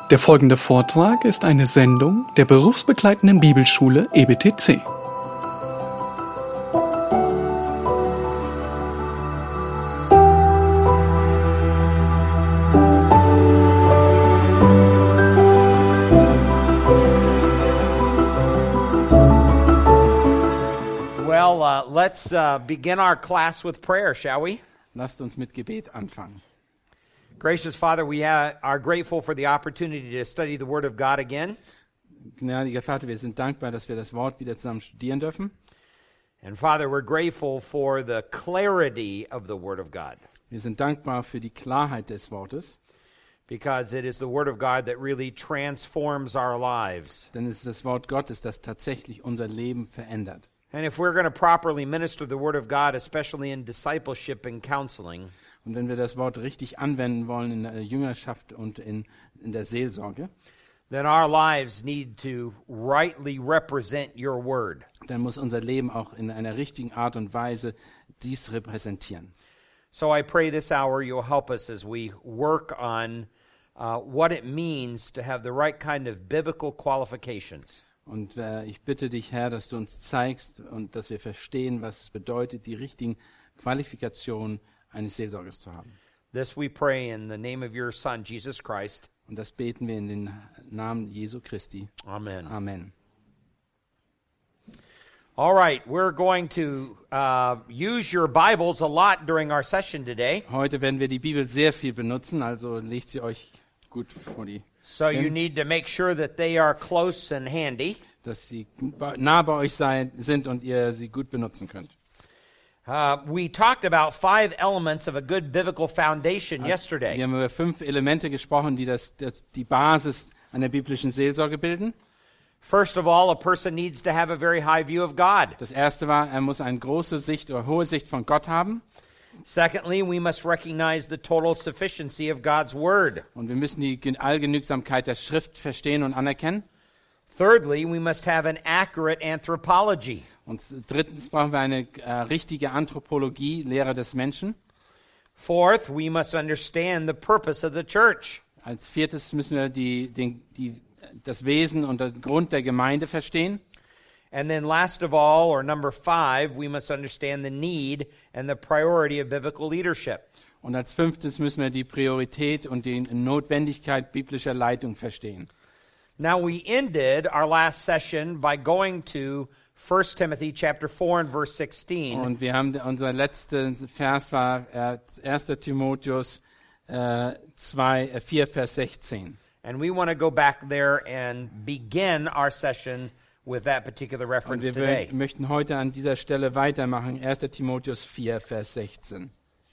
Der folgende Vortrag ist eine Sendung der berufsbegleitenden Bibelschule EBTC. Let's begin our class with prayer, shall we? Lasst uns mit Gebet anfangen. Gracious Father, we are grateful for the opportunity to study the Word of God again. Gnädiger Vater, wir sind dankbar, dass wir das Wort wieder zusammen studieren dürfen. And Father, we're grateful for the clarity of the Word of God. Wir sind dankbar für die Klarheit des Wortes. Because it is the Word of God that really transforms our lives. Denn es ist das Wort Gottes, das tatsächlich unser Leben verändert. And if we're going to properly minister the Word of God, especially in discipleship and counseling, und wenn wir das Wort richtig anwenden wollen in der Jüngerschaft und in der Seelsorge, then our lives need to rightly represent your Word. Dann muss unser Leben auch in einer richtigen Art und Weise dies repräsentieren. So I pray this hour you'll help us as we work on what it means to have the right kind of biblical qualifications. Und ich bitte dich, Herr, dass du uns zeigst und dass wir verstehen, was es bedeutet, die richtigen Qualifikationen eines Seelsorgers zu haben. This we pray in the name of your Son, Jesus Christ. Und das beten wir in den Namen Jesu Christi. Amen. Amen. All right, we're going to use your Bibles a lot during our session today. Heute werden wir die Bibel sehr viel benutzen, also legt sie euch gut vor die So you need to make sure that they are close and handy. Dass sie nah bei euch sind und ihr sie gut benutzen könnt. We talked about 5 elements of a good biblical foundation yesterday. Wir haben über 5 Elemente gesprochen, die die Basis einer biblischen Seelsorge bilden. First of all, a person needs to have a very high view of God. Das erste war, er muss eine große Sicht oder hohe Sicht von Gott haben. Secondly, we must recognize the total sufficiency of God's word. Und wir müssen die Allgenügsamkeit der Schrift verstehen und anerkennen. Thirdly, we must have an accurate anthropology. Und drittens brauchen wir eine richtige Anthropologie, Lehre des Menschen. Fourth, we must understand the purpose of the church. Als viertes müssen wir das Wesen und den Grund der Gemeinde verstehen. And then last of all, or number 5, we must understand the need and the priority of biblical leadership. Und als fünftes müssen wir die Priorität und die Notwendigkeit biblischer Leitung verstehen. Now we ended our last session by going to 1 Timothy chapter 4 and verse 16. Und wir haben unser letzter Vers war 1. Timotheus 4 Vers 16. And we want to go back there and begin our session with that particular reference und wir today. Möchten heute an dieser Stelle weitermachen. 1. Timotheus 4 Vers 16.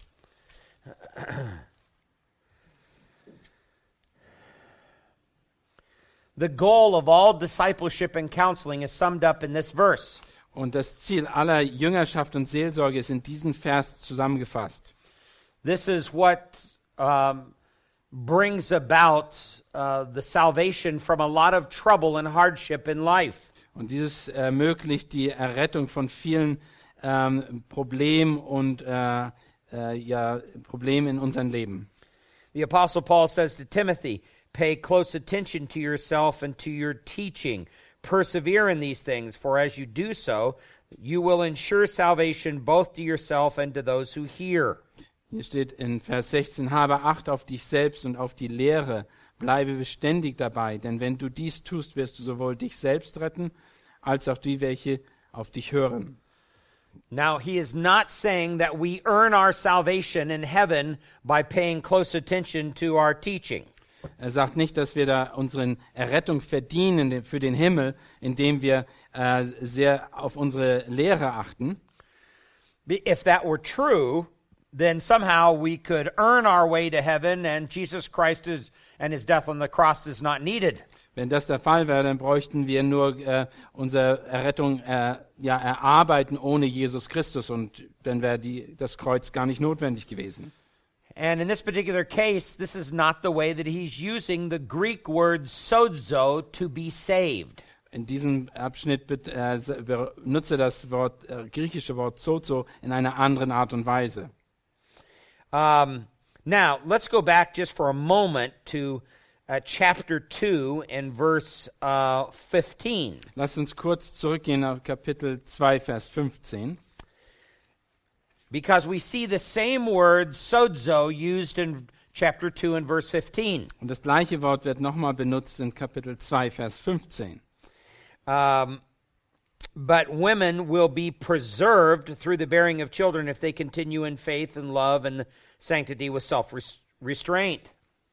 The goal of all discipleship and counseling is summed up in this verse. Und das Ziel aller Jüngerschaft und Seelsorge ist in diesem Vers zusammengefasst. This is what brings about the salvation from a lot of trouble and hardship in life. Und dieses ermöglicht die Errettung von vielen Problemen und Problemen in unserem Leben. The Apostle Paul says to Timothy, pay close attention to yourself and to your teaching. Persevere in these things, for as you do so, you will ensure salvation both to yourself and to those who hear. Hier steht in Vers 16, habe Acht auf dich selbst und auf die Lehre, bleibe beständig dabei, denn wenn du dies tust, wirst du sowohl dich selbst retten, als auch die, welche auf dich hören. Now, he is not saying that we earn our salvation in heaven by paying close attention to our teaching. Er sagt nicht, dass wir da unsere Errettung verdienen für den Himmel, indem wir sehr auf unsere Lehre achten. If that were true, then somehow we could earn our way to heaven and Jesus Christ and his death on the cross is not needed. Wenn das der Fall wäre, dann bräuchten wir nur unsere Errettung erarbeiten ohne Jesus Christus und dann wäre das Kreuz gar nicht notwendig gewesen. And in this particular case, this is not the way that he's using the Greek word sozo to be saved. In diesem Abschnitt benutze das griechische Wort sozo in einer anderen Art und Weise. Now, let's go back just for a moment to chapter 2 and verse 15. Lasst uns kurz zurückgehen auf Kapitel 2, Vers 15. Because we see the same word sozo used in chapter 2 and verse 15. Und das gleiche Wort wird nochmal benutzt in Kapitel 2, Vers 15. But women will be preserved through the bearing of children if they continue in faith and love and sanctity with self-restraint.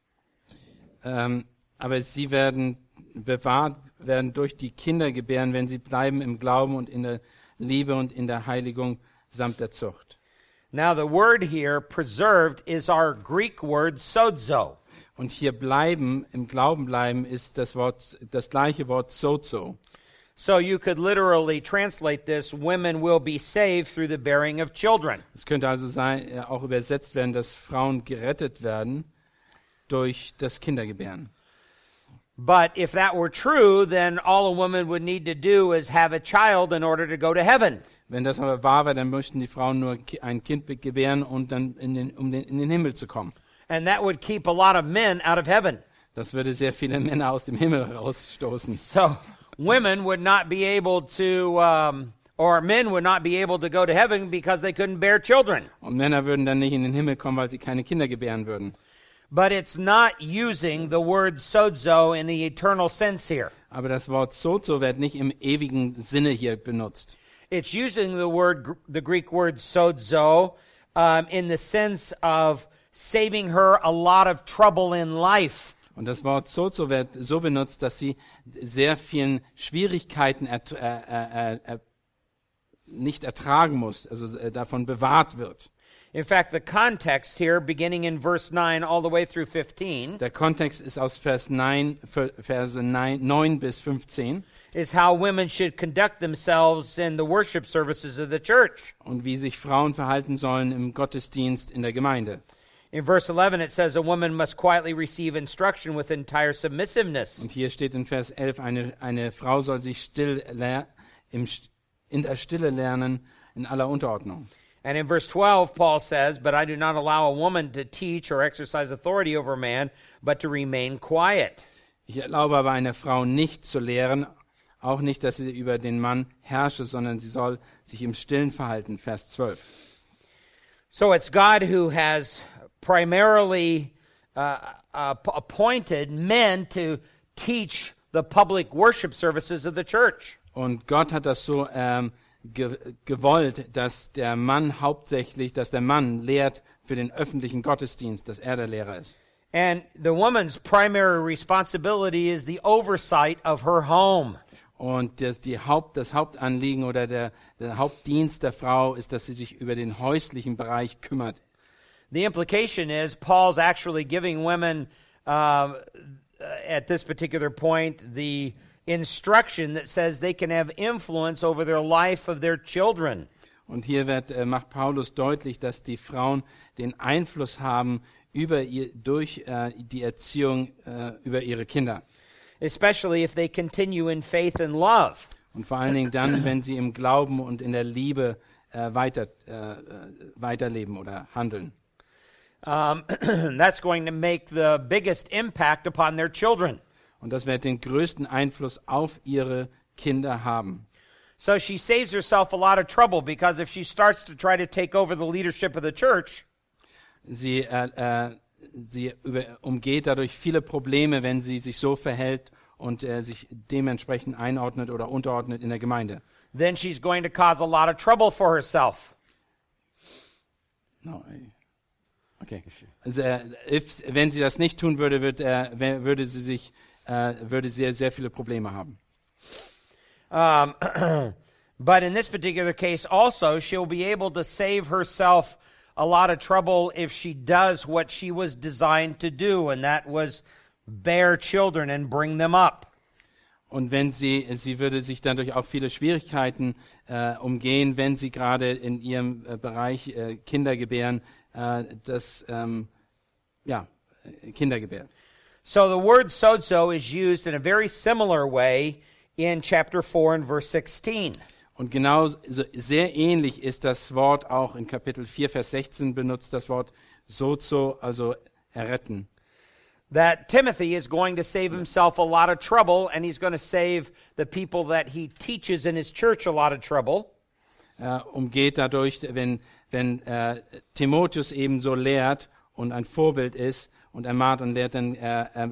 Aber sie werden bewahrt werden durch die Kindergebären, wenn sie bleiben im Glauben und in der Liebe und in der Heiligung samt der Zucht. Now the word here, preserved, is our Greek word sozo. Und hier bleiben, im Glauben bleiben, ist das gleiche Wort sozo. So you could literally translate this, women will be saved through the bearing of children. Es könnte also sein, auch übersetzt werden, dass Frauen gerettet werden durch das Kindergebären. But if that were true, then all a woman would need to do is have a child in order to go to heaven. Wenn das aber wahr wäre, dann möchten die Frauen nur ein Kind gebären und dann in den Himmel zu kommen. And that would keep a lot of men out of heaven. Das würde sehr viele Männer aus dem Himmel rausstoßen. So women would not be able to, or men would not be able to go to heaven because they couldn't bear children. Und Männer würden dann nicht in den Himmel kommen, weil sie keine Kinder gebären würden. But it's not using the word sozo in the eternal sense here. Aber das Wort sozo wird nicht im ewigen Sinne hier benutzt. It's using the Greek word sozo in the sense of saving her a lot of trouble in life. Und das Wort sozo wird so benutzt, dass sie sehr vielen Schwierigkeiten nicht ertragen muss, also davon bewahrt wird. In fact, the context here, beginning in verse 9 all the way through 15, Der Kontext ist aus Verse 9 bis 15. is how women should conduct themselves in the worship services of the church. Und wie sich Frauen verhalten sollen im Gottesdienst in der Gemeinde. In verse 11, it says a woman must quietly receive instruction with entire submissiveness. Und hier steht in Vers 11, eine Frau soll sich in der Stille lernen, in aller Unterordnung. And in verse 12, Paul says, but I do not allow a woman to teach or exercise authority over a man, but to remain quiet. Ich erlaube aber einer Frau nicht zu lehren, auch nicht, dass sie über den Mann herrsche, sondern sie soll sich im Stillen verhalten. Vers 12. So it's God who has primarily appointed men to teach the public worship services of the church. Und Gott hat das so gewollt, dass der Mann lehrt für den öffentlichen Gottesdienst, dass er der Lehrer ist. And the woman's primary responsibility is the oversight of her home. Und das Hauptanliegen oder der Hauptdienst der Frau ist, dass sie sich über den häuslichen Bereich kümmert. The implication is Paul's actually giving women, at this particular point, the instruction that says they can have influence over their life of their children. Und hier macht Paulus deutlich, dass die Frauen den Einfluss haben durch die Erziehung über ihre Kinder. Especially if they continue in faith and love. Und vor allen Dingen dann, wenn sie im Glauben und in der Liebe weiterleben oder handeln. That's going to make the biggest impact upon their children. Und das wird den größten Einfluss auf ihre Kinder haben. So she saves herself a lot of trouble because if she starts to try to take over the leadership of the church, Sie umgeht dadurch viele Probleme, wenn sie sich so verhält und sich dementsprechend einordnet oder unterordnet in der Gemeinde. then she's going to cause a lot of trouble for herself. Okay. Also, wenn sie das nicht tun würde, würde sie sehr viele Probleme haben. But in this particular case also, she'll be able to save herself a lot of trouble if she does what she was designed to do, and that was bear children and bring them up. Und wenn sie würde sich dadurch auch viele Schwierigkeiten umgehen, wenn sie gerade in ihrem Bereich Kinder gebären, Kinder gebärt. So the word sozo is used in a very similar way in chapter 4 and verse 16. Und genau sehr ähnlich ist das Wort auch in Kapitel 4, Vers 16 benutzt, das Wort sozo, also erretten. that Timothy is going to save himself a lot of trouble, and he's going to save the people that he teaches in his church a lot of trouble. Umgeht dadurch, wenn Timotheus ebenso lehrt und ein Vorbild ist und ermahnt und lehrt, dann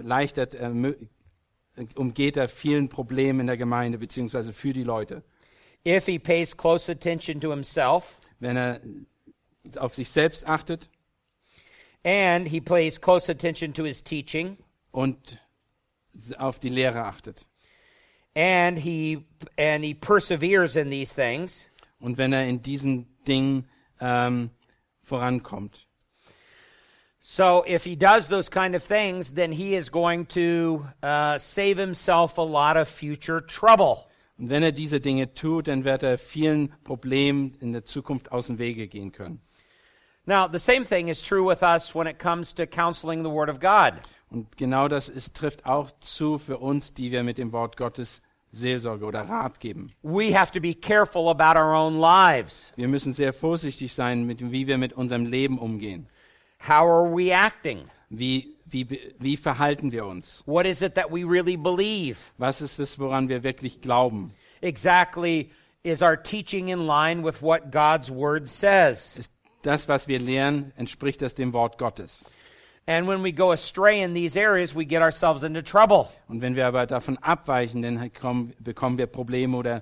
umgeht er vielen Problemen in der Gemeinde beziehungsweise für die Leute. If he pays close attention to himself, Wenn er auf sich selbst achtet and he pays close attention to his teaching, und auf die Lehre achtet. and he perseveres in these things, Und wenn er in diesen Dingen vorankommt. so if he does those kind of things, then he is going to save himself a lot of future trouble. Und wenn er diese Dinge tut, dann wird er vielen Problemen in der Zukunft aus dem Wege gehen können. Now, the same thing is true with us when it comes to counseling the Word of God. Und genau das trifft auch zu für uns, die wir mit dem Wort Gottes Seelsorge oder Rat geben. We have to be careful about our own lives. Wir müssen sehr vorsichtig sein, wie wir mit unserem Leben umgehen. How are we acting? Wie verhalten wir uns? What is it that we really believe? Was ist es, woran wir wirklich glauben? Exactly, is our teaching in line with what God's Word says? Ist das, was wir lehren, entspricht das dem Wort Gottes? And when we go astray in these areas, we get ourselves into trouble. Und wenn wir aber davon abweichen, dann bekommen wir Probleme oder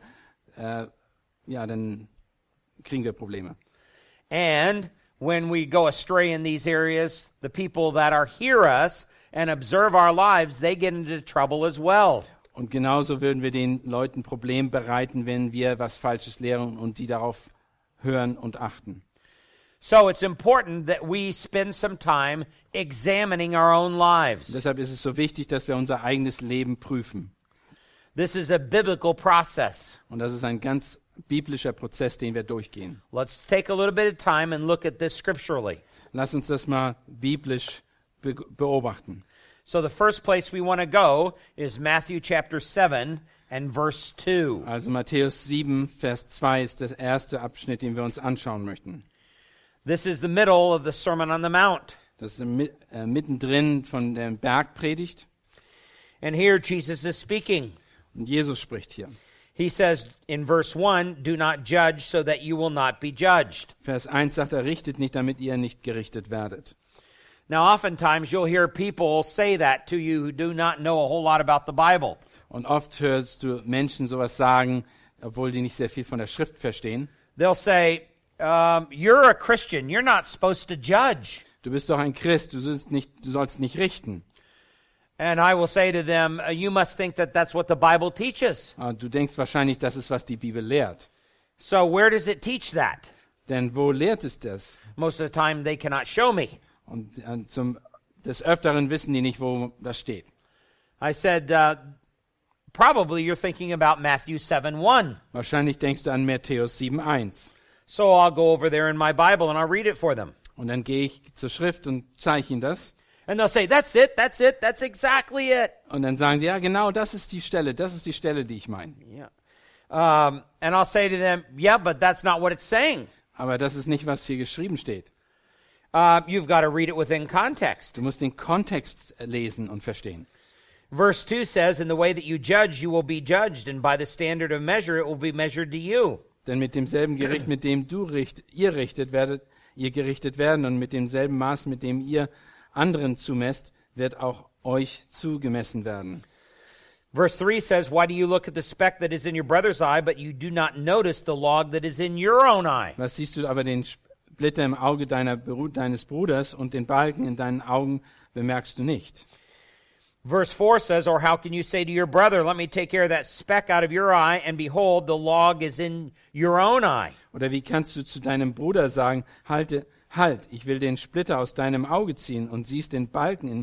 dann kriegen wir Probleme. And when we go astray in these areas, the people that hear us and observe our lives, they get into trouble as well. Und genauso würden wir den Leuten Problem bereiten, wenn wir was Falsches lehren und die darauf hören und achten. So it's important that we spend some time examining our own lives. Und deshalb ist es so wichtig, dass wir unser eigenes Leben prüfen. This is a biblical process. Und das ist ein ganz biblischer Prozess, den wir durchgehen. Let's take a little bit of time and look at this scripturally. Lass uns das mal biblisch beobachten. So the first place we want to go is Matthew chapter 7 and verse 2. Also Matthäus 7, Vers 2 ist der erste Abschnitt, den wir uns anschauen möchten. This is the middle of the Sermon on the Mount. Das ist mittendrin von der Bergpredigt. And here Jesus is speaking. Und Jesus spricht hier. He says in verse 1, "Do not judge so that you will not be judged." Vers 1 sagt er, richtet nicht, damit ihr nicht gerichtet werdet. Now oftentimes you'll hear people say that to you who do not know a whole lot about the Bible. Und oft hörst du Menschen sowas sagen, obwohl die nicht sehr viel von der Schrift verstehen. They'll say, you're a Christian, you're not supposed to judge. Du bist doch ein Christ, du sollst nicht richten. And I will say to them, you must think that that's what the Bible teaches. Du denkst wahrscheinlich, das ist, was die Bibel lehrt. So where does it teach that? Denn wo lehrt es das? Most of the time they cannot show me. Und des Öfteren wissen die nicht, wo das steht. I said, probably you're thinking about Matthew 7:1. Wahrscheinlich denkst du an Matthäus 7,1. So I'll go over there in my Bible and I'll read it for them. Und dann gehe ich zur Schrift und zeige ihnen das. And they'll say, that's it, that's exactly it. Und dann sagen sie, ja genau, das ist die Stelle, die ich meine. Yeah. And I'll say to them, yeah, but that's not what it's saying. Aber das ist nicht, was hier geschrieben steht. You've got to read it within context. Du musst den Kontext lesen und verstehen. Verse 2 says, in the way that you judge, you will be judged, and by the standard of measure, it will be measured to you. Denn mit demselben Gericht, mit dem ihr werdet ihr gerichtet werden, und mit demselben Maß, mit dem ihr anderen zumesst, wird auch euch zugemessen werden. Verse 3 says, why do you look at the speck that is in your brother's eye, but you do not notice the log that is in your own eye? Was siehst du aber den Splitter im Auge deines Bruders und den Balken in deinen Augen bemerkst du nicht? Verse 4 says, or how can you say to your brother, let me take care of that speck out of your eye, and behold, the log is in your own eye? Oder wie kannst du zu deinem Bruder sagen, halt, ich will den Splitter aus deinem Auge ziehen, und siehst den Balken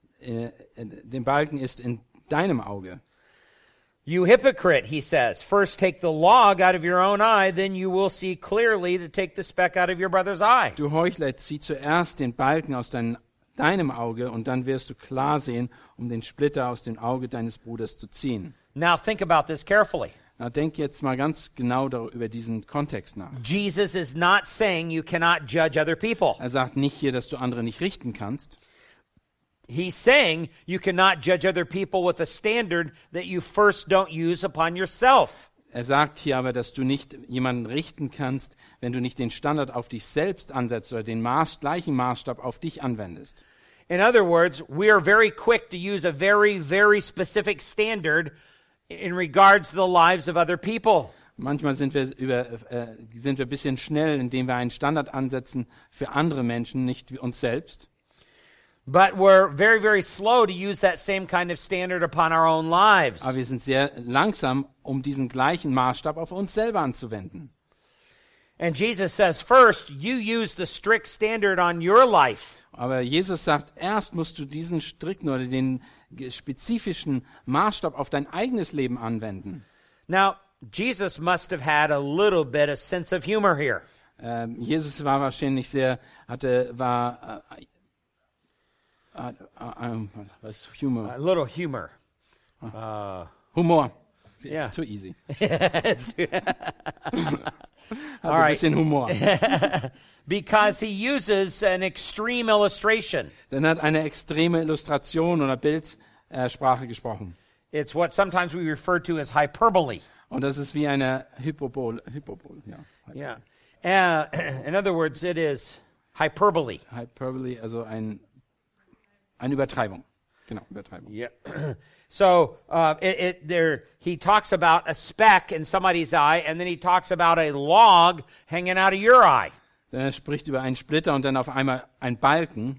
ist in deinem Auge? You hypocrite, he says, first take the log out of your own eye, then you will see clearly to take the speck out of your brother's eye. Du Heuchler, zieh zuerst den Balken aus deinem Auge, und dann wirst du klar sehen, um den Splitter aus dem Auge deines Bruders zu ziehen. Now think about this carefully. Na, denk jetzt mal ganz genau über diesen Kontext nach. Jesus is not saying you cannot judge other people. Er sagt nicht hier, dass du andere nicht richten kannst. he's saying you cannot judge other people with a standard that you first don't use upon yourself. Er sagt hier aber, dass du nicht jemanden richten kannst, wenn du nicht den Standard auf dich selbst ansetzt oder den gleichen Maßstab auf dich anwendest. In other words, we are very quick to use a very, very specific standard in regards to the lives of other people. Manchmal sind wir ein bisschen schnell, indem wir einen Standard ansetzen für andere Menschen, nicht wie uns selbst. But we're very, very slow to use that same kind of standard upon our own lives. Aber wir sind sehr langsam, um diesen gleichen Maßstab auf uns selber anzuwenden. And Jesus says, first, you use the strict standard on your life. Aber Jesus sagt, erst musst du diesen strikten oder den spezifischen Maßstab auf dein eigenes Leben anwenden. Now, Jesus must have had a little bit of sense of humor here. Jesus war wahrscheinlich was Humor? A little humor. Humor. Yeah. It's too easy. All Ein right. bisschen Humor. Because he uses an extreme illustration. Dann hat eine extreme Illustration oder Bildsprache gesprochen. It's what sometimes we refer to as hyperbole. Und das ist wie eine Hyperbole, ja. Yeah. In other words, it is hyperbole. Hyperbole, also eine Übertreibung. Genau, Übertreibung. Yeah. So he talks about a speck in somebody's eye, and then he talks about a log hanging out of your eye. Er spricht über einen Splitter und dann auf einmal ein Balken.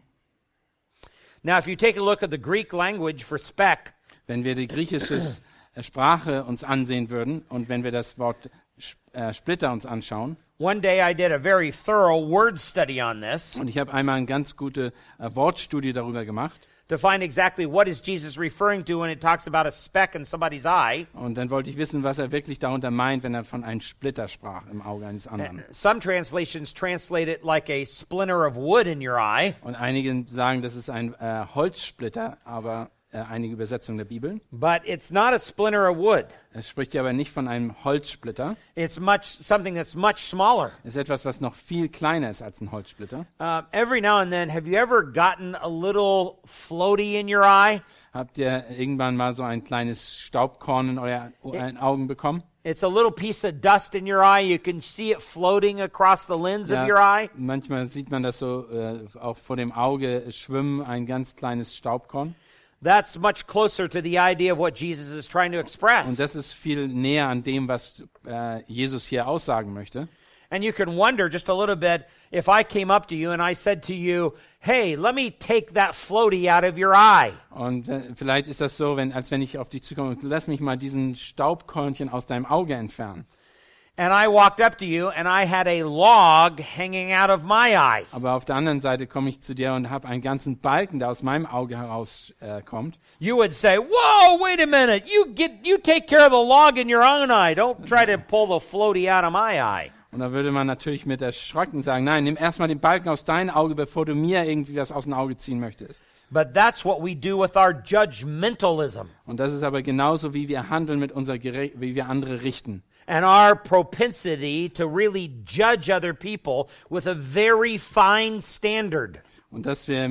Now, if you take a look at the Greek language for speck, Wenn wir die griechische Sprache uns ansehen würden und wenn wir das Wort Splitter uns anschauen. one day I did a very thorough word study on this Und ich habe einmal eine ganz gute Wortstudie darüber gemacht. to find exactly what is Jesus referring to when it talks about a speck in somebody's eye. Und dann wollte ich wissen, was er wirklich darunter meint, wenn er von einem Splitter sprach im Auge eines anderen. Some translations translate it like a splinter of wood in your eye, Und einige sagen, das ist ein Holzsplitter, aber einige Übersetzungen der Bibel. but it's not a splinter of wood. Es spricht ja aber nicht von einem Holzsplitter. It's something that's much smaller. Es ist etwas, was noch viel kleiner ist als ein Holzsplitter. Every now and then, have you ever gotten a little floaty in your eye? Habt ihr irgendwann mal so ein kleines Staubkorn in euren Augen bekommen? It's a little piece of dust in your eye. You can see it floating across the lens of your eye. Manchmal sieht man das so auch vor dem Auge schwimmen, ein ganz kleines Staubkorn. That's much closer to the idea of what Jesus is trying to express. Und das ist viel näher an dem, was Jesus hier aussagen möchte. And you can wonder just a little bit if I came up to you and I said to you, hey, let me take that floaty out of your eye. Und vielleicht ist das so, als wenn ich auf dich zukomme und lass mich mal diesen Staubkörnchen aus deinem Auge entfernen. And I walked up to you and I had a log hanging out of my eye. Aber auf der anderen Seite komme ich zu dir und habe einen ganzen Balken, der aus meinem Auge herauskommt. You would say, whoa, wait a minute. You take care of the log in your own eye. Don't try to pull the floaty out of my eye. Und da würde man natürlich mit erschrocken sagen, nein, nimm erstmal den Balken aus deinem Auge, bevor du mir irgendwie was aus dem Auge ziehen möchtest. But that's what we do with our judgmentalism Und das ist aber genauso, wie wir handeln mit wie wir andere richten. and our propensity to really judge other people with a very fine standard. Und dass wir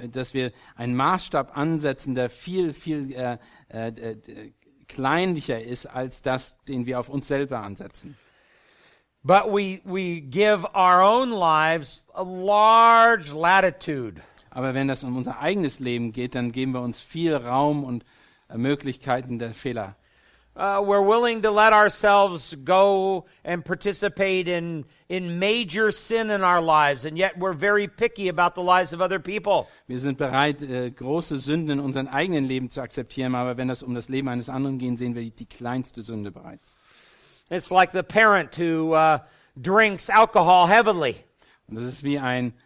einen Maßstab ansetzen, der viel, viel kleinlicher ist als das, den wir auf uns selber ansetzen. But we give our own lives a large latitude. Aber wenn das um unser eigenes Leben geht, dann geben wir uns viel Raum und Möglichkeiten der Fehler. We're willing to let ourselves go and participate in major sin in our lives, and yet we're very picky about the lives of other people. Wir sind bereit, große Sünden in unserem eigenen Leben zu akzeptieren, aber wenn es um das Leben eines anderen geht, sehen wir die kleinste Sünde bereits. It's like the parent who drinks alcohol heavily. Und das ist wie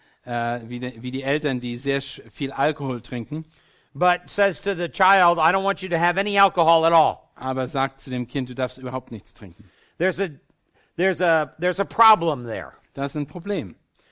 die Eltern, die sehr viel Alkohol trinken, but says to the child, I don't want you to have any alcohol at all. aber sagt zu dem Kind, du darfst überhaupt nichts trinken. There's a problem there. Das ist ein Problem.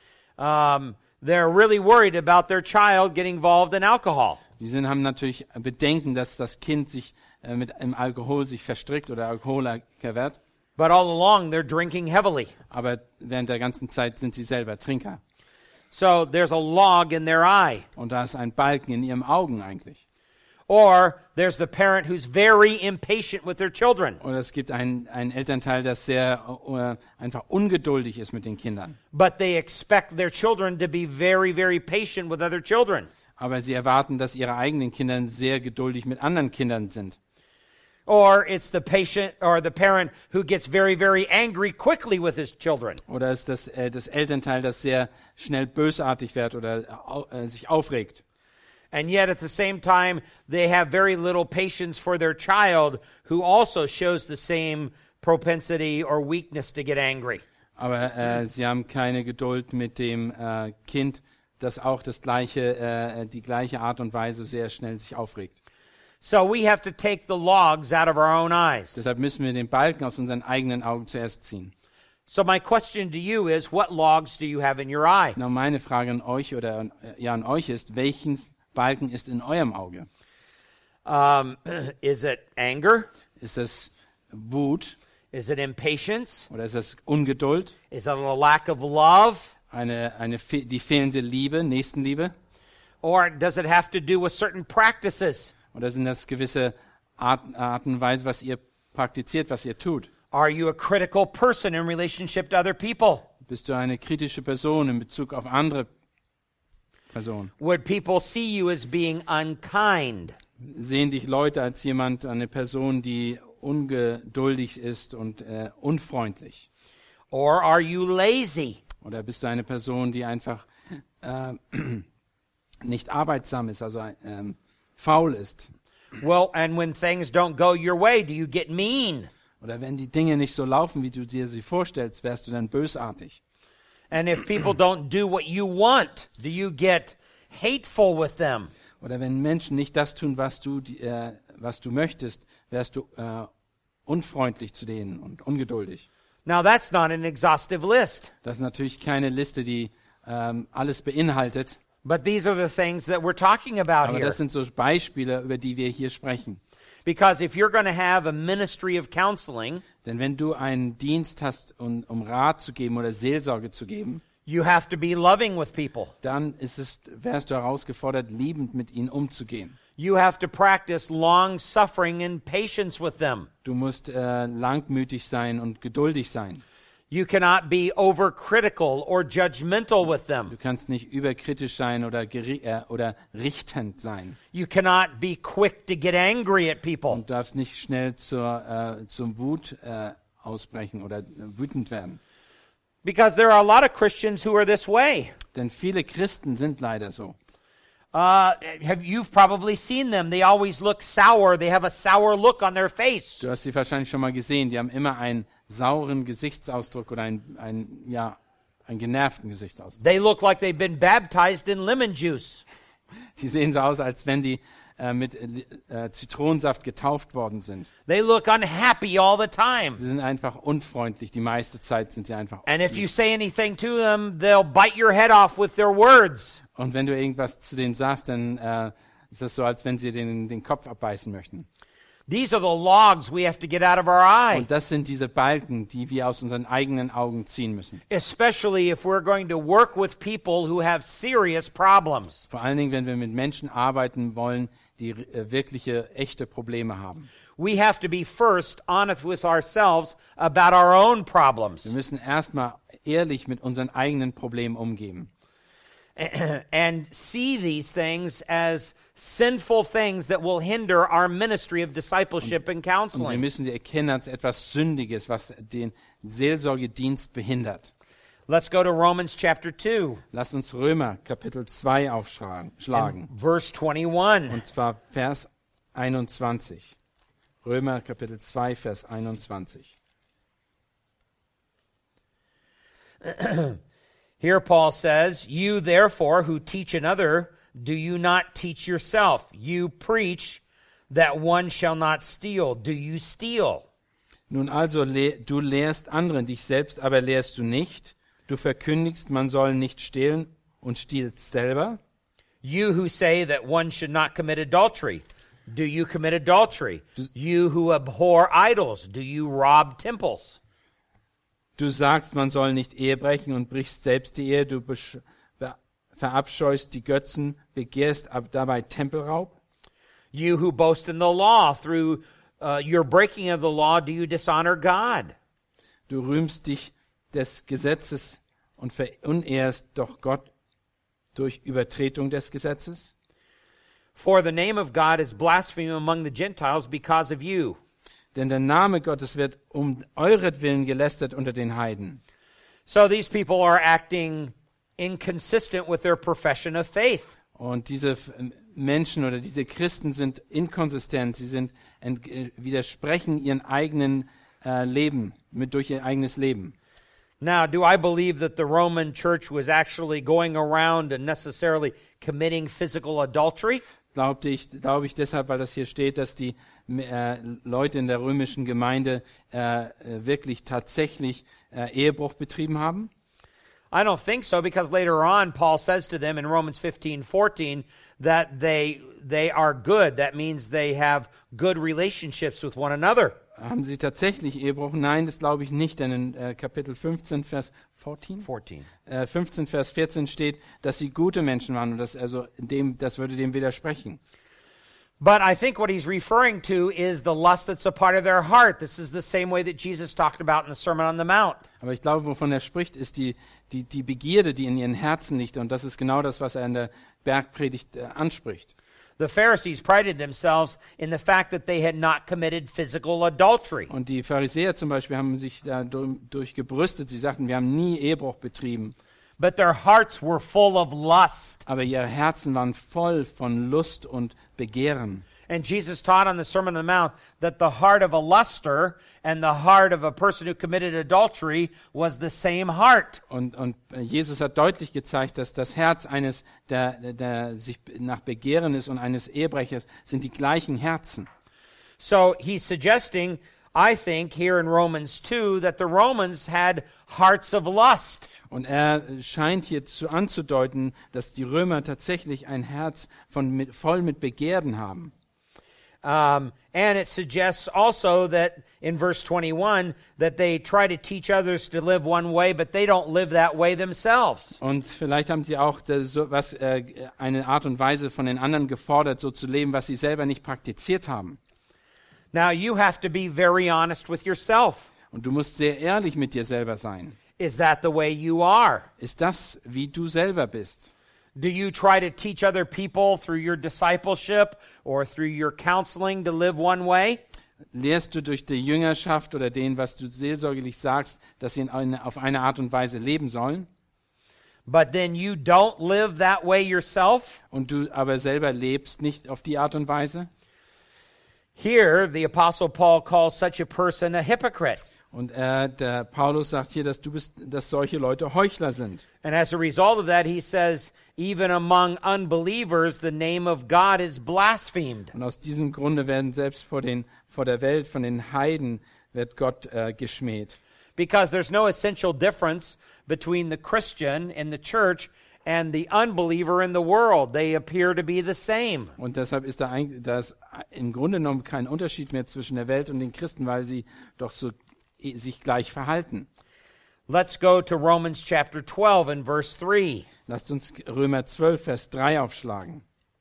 They're really worried about their child getting involved in alcohol. Die haben natürlich Bedenken, dass das Kind sich mit dem Alkohol sich verstrickt oder Alkoholiker wird. But all along, they're drinking heavily. Aber während der ganzen Zeit sind sie selber Trinker. So there's a log in their eye. Und da ist ein Balken in ihrem Augen eigentlich. Or there's the parent who's very impatient with their children. Oder es gibt ein Elternteil, das sehr einfach ungeduldig ist mit den Kindern. But they expect their children to be very, very patient with other children. Aber sie erwarten, dass ihre eigenen Kinder sehr geduldig mit anderen Kindern sind. Or it's the patient or the parent who gets very, very angry quickly with his children. Oder ist das Elternteil, das sehr schnell bösartig wird oder sich aufregt. And yet at the same time, they have very little patience for their child who also shows the same propensity or weakness to get angry. Aber sie haben keine Geduld mit dem Kind, das auch die gleiche Art und Weise sehr schnell sich aufregt. So we have to take the logs out of our own eyes. Deshalb müssen wir den Balken aus unseren eigenen Augen zuerst ziehen. So my question to you is, what logs do you have in your eye? Now meine Frage an euch an euch ist, welchen Balken ist in eurem Auge? Is it anger? Ist es Wut Is it impatience? oder ist es Ungeduld? Is it a lack of love? Die fehlende Liebe, Nächstenliebe? Or does it have to do with certain practices? Oder sind das gewisse Arten und Weise, was ihr praktiziert, was ihr tut? Are you a critical person in relationship to other people? Bist du eine kritische Person in Bezug auf andere Personen? Would people see you as being unkind? Sehen dich Leute als eine Person, die ungeduldig ist und unfreundlich? Or are you lazy? Oder bist du eine Person, die einfach nicht arbeitsam ist, also faul ist? Well, and when things don't go your way, do you get mean? Oder wenn die Dinge nicht so laufen, wie du dir sie vorstellst, wärst du dann bösartig? And if people don't do what you want, do you get hateful with them? Oder wenn Menschen nicht das tun, was du möchtest, wärst du unfreundlich zu denen und ungeduldig. Now that's not an exhaustive list. Das ist natürlich keine Liste, die alles beinhaltet. But these are the things that we're talking about Aber here. das sind so Beispiele, über die wir hier sprechen. Because if you're going to have a ministry of counseling, Denn wenn du einen Dienst hast, um Rat zu geben oder Seelsorge zu geben, you have to be loving with people. dann wärst du herausgefordert, liebend mit ihnen umzugehen. You have to practice long suffering and patience with them. Du musst langmütig sein und geduldig sein. You cannot be overcritical or judgmental with Du them. kannst nicht überkritisch sein oder richtend sein. You cannot be quick to get angry at people. Und darfst nicht schnell zum Wut ausbrechen oder wütend werden. Because there are a lot of Christians who are this way. Denn viele Christen sind leider so. You've probably seen them. They always look sour. They have a sour look on their face. Du hast sie wahrscheinlich schon mal gesehen. Die haben immer einen sauren Gesichtsausdruck oder einen genervten Gesichtsausdruck. They look like they've been baptized in lemon juice. Sie sehen so aus, als wenn die mit Zitronensaft getauft worden sind. They look unhappy all the time. Sie sind einfach unfreundlich. Die meiste Zeit sind sie einfach And if you say anything to them, they'll bite your head off with their words. Und wenn du irgendwas zu denen sagst, dann ist das so, als wenn sie den Kopf abbeißen möchten. These are the logs we have to get out of our eye. Und das sind diese Balken, die wir aus unseren eigenen Augen ziehen müssen. Especially if we're going to work with people who have serious problems. Vor allen Dingen, wenn wir mit Menschen arbeiten wollen, die wirkliche, echte Probleme haben. We have to be first honest with ourselves about our own problems. Wir müssen erstmal ehrlich mit unseren eigenen Problemen umgehen. And see these things as sinful things that will hinder our ministry of discipleship and Und wir counseling. müssen sie erkennen als etwas Sündiges, was den Seelsorgedienst behindert. Let's go to Romans chapter 2, Lass uns Römer Kapitel 2 aufschlagen. verse 21. Und zwar Vers 21. Römer Kapitel 2, Vers 21. Here Paul says, "You therefore who teach another, do you not teach yourself? You preach that one shall not steal. Do you steal? Nun also, du lehrst anderen, dich selbst aber lehrst du nicht. Du verkündigst, man soll nicht stehlen und stiehlst selber. You who say that one should not commit adultery, do you commit adultery? You who abhor idols, do you rob temples? Du sagst, man soll nicht Ehe brechen und brichst selbst die Ehe. Du verabscheust die Götzen, begehrst dabei Tempelraub. You who boast in the law, through your breaking of the law, do you dishonor God? Du rühmst dich des Gesetzes und verunehrst doch Gott durch Übertretung des Gesetzes. For the name of God is blasphemed among the Gentiles because of you. Denn der Name Gottes wird euretwillen gelästert unter den Heiden. So these people are acting inconsistent with their profession of faith. Und diese Menschen oder diese Christen sind inkonsistent, sie sind widersprechen ihren eigenen Leben, durch ihr eigenes Leben. Now, do I believe that the Roman church was actually going around and necessarily committing physical adultery? Glaube ich deshalb, weil das hier steht, dass die Leute in der römischen Gemeinde wirklich tatsächlich Ehebruch betrieben haben? I don't think so, because later on Paul says to them in Romans 15:14 that they are good. That means they have good relationships with one another. Haben sie tatsächlich Ehebruch? Nein, das glaube ich nicht, denn in Kapitel 15, Vers 14? 15, Vers 14 steht, dass sie gute Menschen waren und das würde dem widersprechen. But I think what he's referring to is the lust that's a part of their heart. This is the same way that Jesus talked about in the Sermon on the Mount. Aber ich glaube, wovon er spricht, ist die Begierde, die in ihren Herzen liegt. Und das ist genau das, was er in der Bergpredigt anspricht. The Pharisees prided themselves in the fact that they had not committed physical adultery. Und die Pharisäer zum Beispiel haben sich dadurch gebrüstet. Sie sagten, wir haben nie Ehebruch betrieben. But their hearts were full of lust. Aber ihre Herzen waren voll von Lust und Begehren. And Jesus taught on the Sermon on the Mount that the heart of a luster and the heart of a person who committed adultery was the same heart. Und Jesus hat deutlich gezeigt, dass das Herz eines, der sich nach Begehren ist, und eines Ehebrechers sind die gleichen Herzen. So he's suggesting, I think, here in Romans 2, that the Romans had hearts of lust. Und er scheint hier anzudeuten, dass die Römer tatsächlich ein Herz voll mit Begierden haben. And it suggests also that in verse 21 that they try to teach others to live one way, but they don't live that way themselves. Und vielleicht haben sie auch eine Art und Weise von den anderen gefordert, so zu leben, was sie selber nicht praktiziert haben. Now you have to be very honest with yourself. Und du musst sehr ehrlich mit dir selber sein. Is that the way you are? Ist das, wie du selber bist? Do you try to teach other people through your discipleship or through your counseling to live one way? Lehrst du durch die Jüngerschaft oder denen, was du seelsorgerlich sagst, dass sie auf eine Art und Weise leben sollen? But then you don't live that way yourself? Und du aber selber lebst nicht auf die Art und Weise? Here, the Apostle Paul calls such a person a hypocrite. Und der Paulus sagt hier, dass solche Leute Heuchler sind. And as a result of that, he says, even among unbelievers, the name of God is blasphemed. Und aus diesem Grunde werden selbst vor der Welt, von den Heiden, wird Gott geschmäht. Because there's no essential difference between the Christian in the church and the unbeliever in the world. They appear to be the same. Und deshalb ist da ist im Grunde genommen kein Unterschied mehr zwischen der Welt und den Christen, weil sie doch sich gleich verhalten. Let's go to Romans chapter 12 and verse 3. Lasst uns Römer 12, Vers 3 aufschlagen.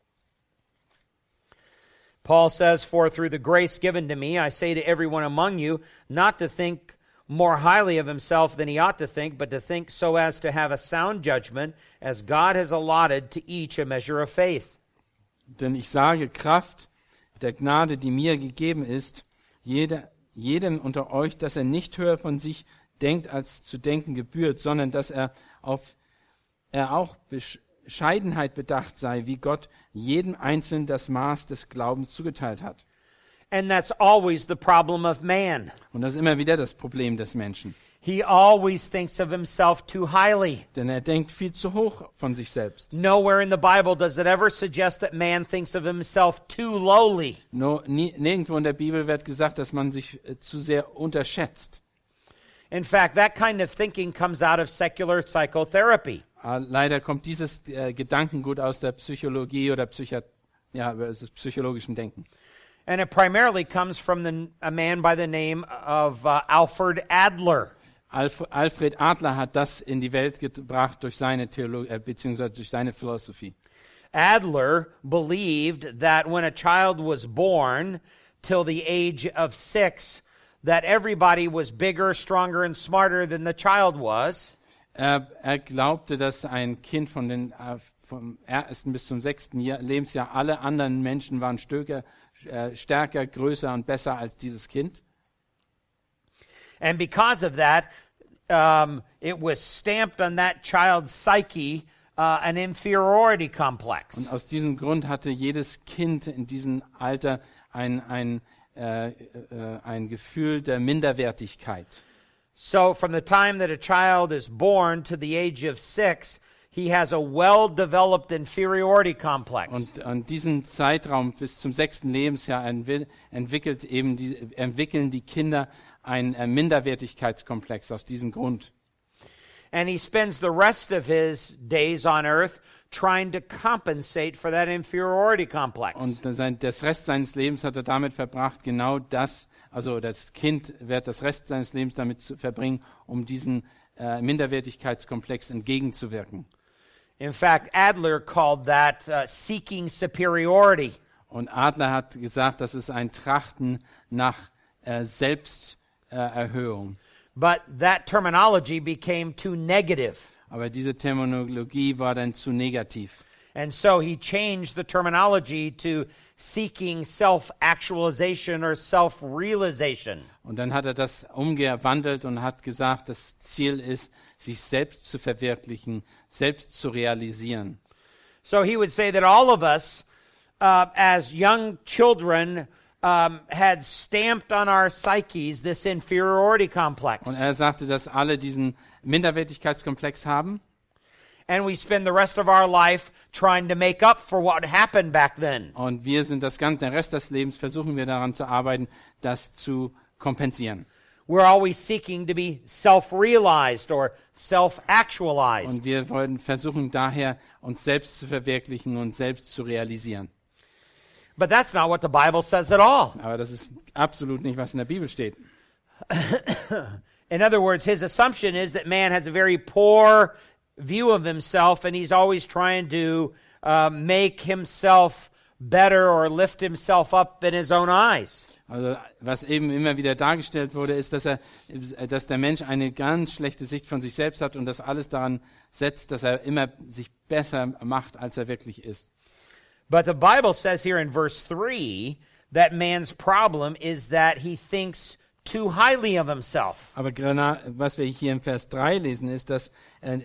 Paul says, for through the grace given to me, I say to everyone among you, not to think more highly of himself than he ought to think, but to think so as to have a sound judgment, as God has allotted to each a measure of faith. Denn ich sage, Kraft der Gnade, die mir gegeben ist, jedem unter euch, dass er nicht höher von sich denkt, als zu denken gebührt, sondern dass er auch Bescheidenheit bedacht sei, wie Gott jedem Einzelnen das Maß des Glaubens zugeteilt hat. And that's always the problem of man. Und das ist immer wieder das Problem des Menschen. He always thinks of himself too highly. Denn er denkt viel zu hoch von sich selbst. Nowhere in the Bible does it ever suggest that man thinks of himself too lowly. Nirgendwo in der Bibel wird gesagt, dass man sich zu sehr unterschätzt. In fact, that kind of thinking comes out of secular psychotherapy. Leider kommt dieses Gedankengut aus der Psychologie oder des psychologischen Denken. And it primarily comes from a man by the name of Alfred Adler. Alfred Adler hat das in die Welt gebracht durch seine Theologie, beziehungsweise durch seine Philosophie. Adler believed that when a child was born till the age of 6, that everybody was bigger, stronger, and smarter than the child was. Er glaubte, dass ein Kind vom 1. bis zum 6. Lebensjahr, alle anderen Menschen waren stärker, größer und besser als dieses Kind. And because of that, it was stamped on that child's psyche an inferiority complex. Und aus diesem Grund hatte jedes Kind in diesem Alter ein Gefühl der Minderwertigkeit. So from the time that a child is born to the age of 6, he has a well-developed inferiority complex. Und an diesem Zeitraum bis zum 6. Lebensjahr entwickeln die Kinder einen Minderwertigkeitskomplex aus diesem Grund. And he spends the rest of his days on earth trying to compensate for that inferiority complex. Und das Rest seines Lebens hat er damit verbracht, genau das, also das Kind wird das Rest seines Lebens damit verbringen, um diesen Minderwertigkeitskomplex entgegenzuwirken. In fact, Adler called that seeking superiority. Und Adler hat gesagt, das ist ein Trachten nach Selbsterhöhung. But that terminology became too negative. Aber diese Terminologie war dann zu negativ. And so he changed the terminology to seeking self-actualization or self-realization. Und dann hat er das umgewandelt und hat gesagt, das Ziel ist, sich selbst zu verwirklichen, selbst zu realisieren. So he would say that all of us, as young children, had stamped on our psyches this inferiority complex. Und er sagte, dass alle diesen Minderwertigkeitskomplex haben. And we spend the rest of our life trying to make up for what happened back then. Und wir sind den Rest des Lebens versuchen wir daran zu arbeiten, das zu kompensieren. We're always seeking to be self-realized or self-actualized. Und wir versuchen daher, uns selbst zu verwirklichen und selbst zu realisieren. But that's not what the Bible says at all. Aber das ist absolut nicht, was in der Bibel steht. In other words, his assumption is that man has a very poor view of himself and he's always trying to make himself better or lift himself up in his own eyes. Also was eben immer wieder dargestellt wurde, ist, dass der Mensch eine ganz schlechte Sicht von sich selbst hat und das alles daran setzt, dass er immer sich besser macht, als er wirklich ist. But the Bible says here in verse 3 that man's problem is that he thinks too highly of himself. Aber was wir hier im Vers 3 lesen, ist, dass er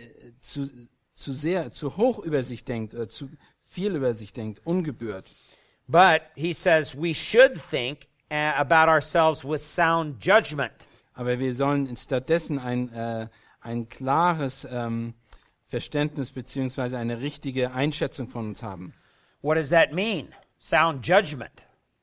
zu hoch über sich denkt, oder zu viel über sich denkt, ungebührt. But he says we should think about ourselves with sound judgment. Aber wir sollen stattdessen ein klares Verständnis beziehungsweise eine richtige Einschätzung von uns haben. What does that mean? Sound judgment.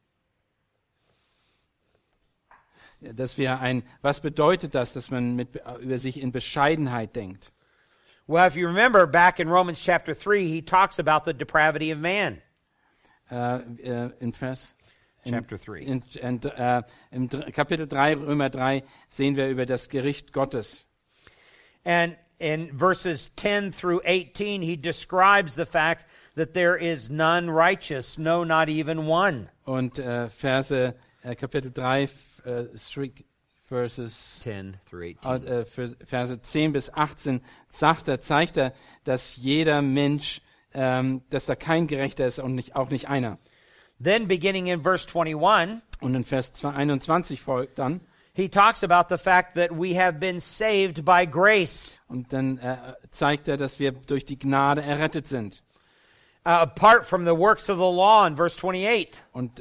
Was bedeutet das, dass man über sich in Bescheidenheit denkt? Well, if you remember back in Romans chapter 3, he talks about the depravity of man. In Chapter 3. Im Kapitel 3, Römer 3, sehen wir über das Gericht Gottes. And in verses 10 through 18, he describes the fact that there is none righteous, no, not even one. Und Kapitel 3, Verses 10 through 18. Verse 10 bis 18 zeigt er, dass jeder Mensch, dass da kein Gerechter ist und auch nicht einer. Then beginning in verse 21, und in Vers 21 folgt dann, he talks about the fact that we have been saved by grace. Und dann zeigt er, dass wir durch die Gnade errettet sind. Apart from the works of the law in verse 28. Und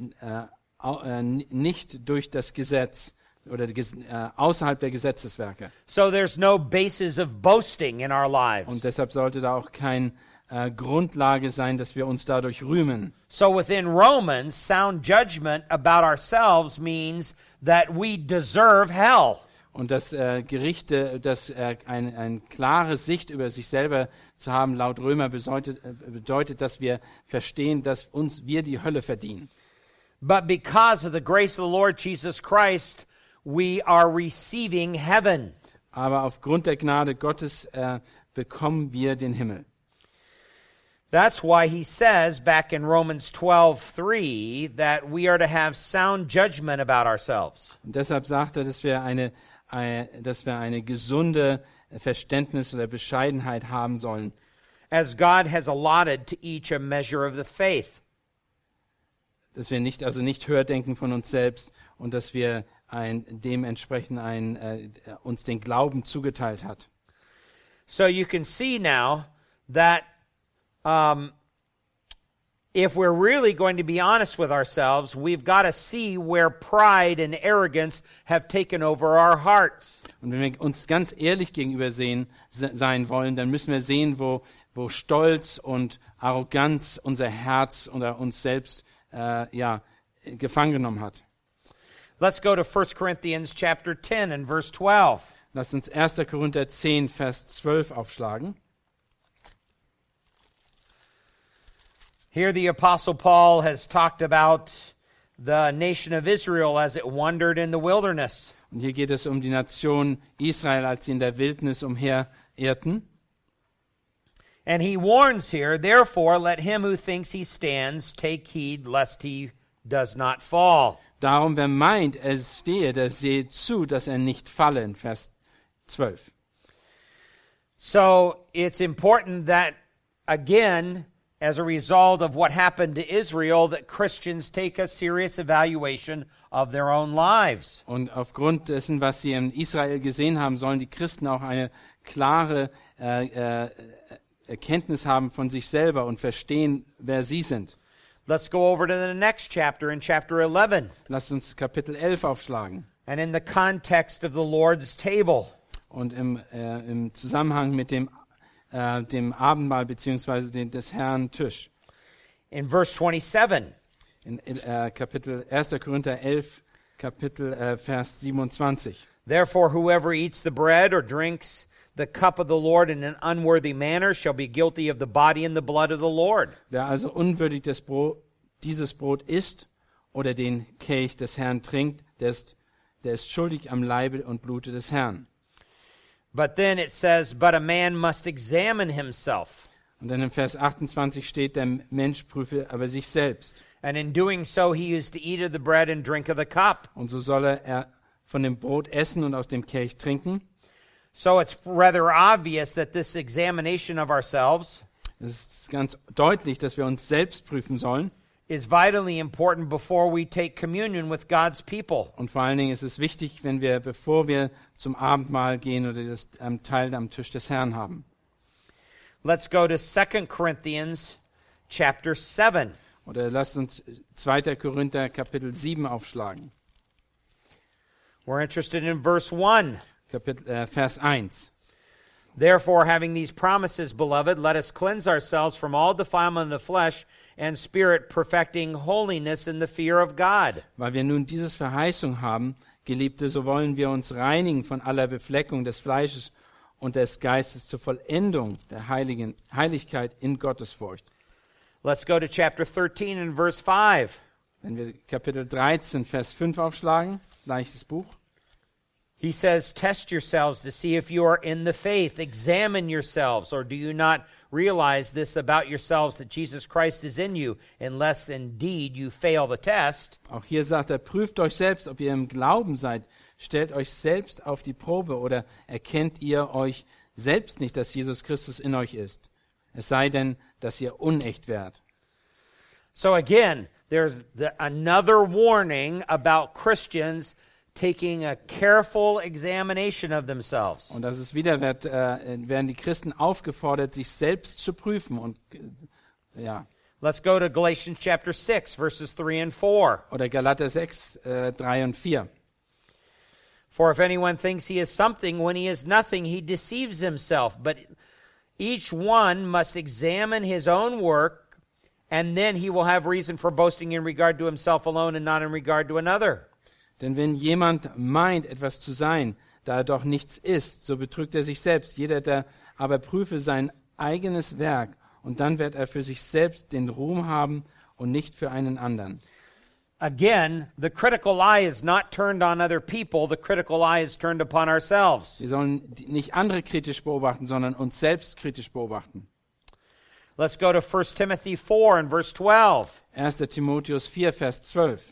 nicht durch das Gesetz oder außerhalb der Gesetzeswerke. So there's no basis of boasting in our lives. Und deshalb sollte da auch keine Grundlage sein, dass wir uns dadurch rühmen. So within Romans, sound judgment about ourselves means that we deserve hell. Und das Gerichte, eine klare Sicht über sich selber zu haben, laut Römer bedeutet, dass wir verstehen, dass wir die Hölle verdienen. But because of the grace of the Lord Jesus Christ, we are receiving heaven. aber aufgrund der Gnade Gottes bekommen wir den Himmel. That's why he says back in Romans 12:3 that we are to have sound judgment about ourselves. Und deshalb sagt er, dass wir eine gesunde Verständnis oder Bescheidenheit haben sollen. As God has allotted to each a measure of the faith. Dass wir nicht höher denken von uns selbst und dass wir dementsprechend uns den Glauben zugeteilt hat. So you can see now that if we're really going to be honest with ourselves, we've got to see where pride and arrogance have taken over our hearts. Und wenn wir uns ganz ehrlich gegenüber sein wollen, dann müssen wir sehen, wo Stolz und Arroganz unser Herz oder uns selbst gefangen genommen hat. Let's go to 1 Corinthians chapter 10 and verse 12. Lasst uns 1. Korinther 10, Vers 12 aufschlagen. Here the Apostle Paul has talked about the nation of Israel as it wandered in the wilderness. Und hier geht es um die Nation Israel, als sie in der Wildnis umherirrten. And he warns here, therefore let him who thinks he stands take heed lest he does not fall. Darum, wer meint, er stehe, der sehe zu, dass er nicht falle, in Vers 12. So it's important that, again, as a result of what happened to Israel, that Christians take a serious evaluation of their own lives. Und aufgrund dessen, was sie in Israel gesehen haben, sollen die Christen auch eine klare Erkenntnis haben von sich selber und verstehen, wer sie sind. Let's go over to the next chapter, in chapter 11. Lasst uns Kapitel 11 aufschlagen. And in the context of the Lord's table. Und im Zusammenhang mit dem Abendmahl bzw. des Herrn Tisch. In verse 27. In Kapitel 1. Korinther 11, Vers 27. Therefore whoever eats the bread or drinks the cup of the Lord in an unworthy manner shall be guilty of the body and the blood of the Lord. Wer also unwürdig dieses Brot isst oder den Kelch des Herrn trinkt, der ist schuldig am Leibe und Blute des Herrn. But then it says, but a man must examine himself. Und dann im Vers 28 steht, der Mensch prüfe aber sich selbst. And in doing so he is to eat of the bread and drink of the cup. Und so soll er von dem Brot essen und aus dem Kelch trinken. So it's rather obvious that this examination of ourselves Es ist ganz deutlich, dass wir uns selbst prüfen sollen. is vitally important before we take communion with God's people. Und vor allen Dingen ist es wichtig, bevor wir zum Abendmahl gehen oder das Teil am Tisch des Herrn haben. Let's go to 2 Corinthians chapter 7. Oder lasst uns 2. Korinther Kapitel 7 aufschlagen. We're interested in verse 1. Vers 1. Therefore, having these promises, beloved, let us cleanse ourselves from all defilement of the flesh and spirit, perfecting holiness in the fear of God. Weil wir nun dieses Verheißung haben, Geliebte, so wollen wir uns reinigen von aller Befleckung des Fleisches und des Geistes zur Vollendung der Heiligkeit in Gottesfurcht. Let's go to chapter 13 and verse 5. Wenn wir Kapitel 13, Vers 5 aufschlagen, gleiches Buch. He says, test yourselves to see if you are in the faith. Examine yourselves, or do you not realize this about yourselves, that Jesus Christ is in you, unless indeed you fail the test? Auch hier sagt er, prüft euch selbst, ob ihr im Glauben seid. Stellt euch selbst auf die Probe, oder erkennt ihr euch selbst nicht, dass Jesus Christus in euch ist? Es sei denn, dass ihr unecht wärt. So again, there's another warning about Christians taking a careful examination of themselves. Und das ist wieder, werden die Christen aufgefordert, sich selbst zu prüfen. Und ja. Let's go to Galatians chapter 6, verses 3 and 4. Oder Galater 6, 3 und 4. For if anyone thinks he is something when he is nothing, he deceives himself. But each one must examine his own work, and then he will have reason for boasting in regard to himself alone and not in regard to another. Denn wenn jemand meint, etwas zu sein, da er doch nichts ist, so betrügt er sich selbst. Jeder, der aber prüfe sein eigenes Werk, und dann wird er für sich selbst den Ruhm haben und nicht für einen anderen. Again, the critical eye is not turned on other people, the critical eye is turned upon ourselves. Wir sollen nicht andere kritisch beobachten, sondern uns selbst kritisch beobachten. Let's go to 1 Timothy 4 and verse 12. 1. Timotheus 4, Vers 12.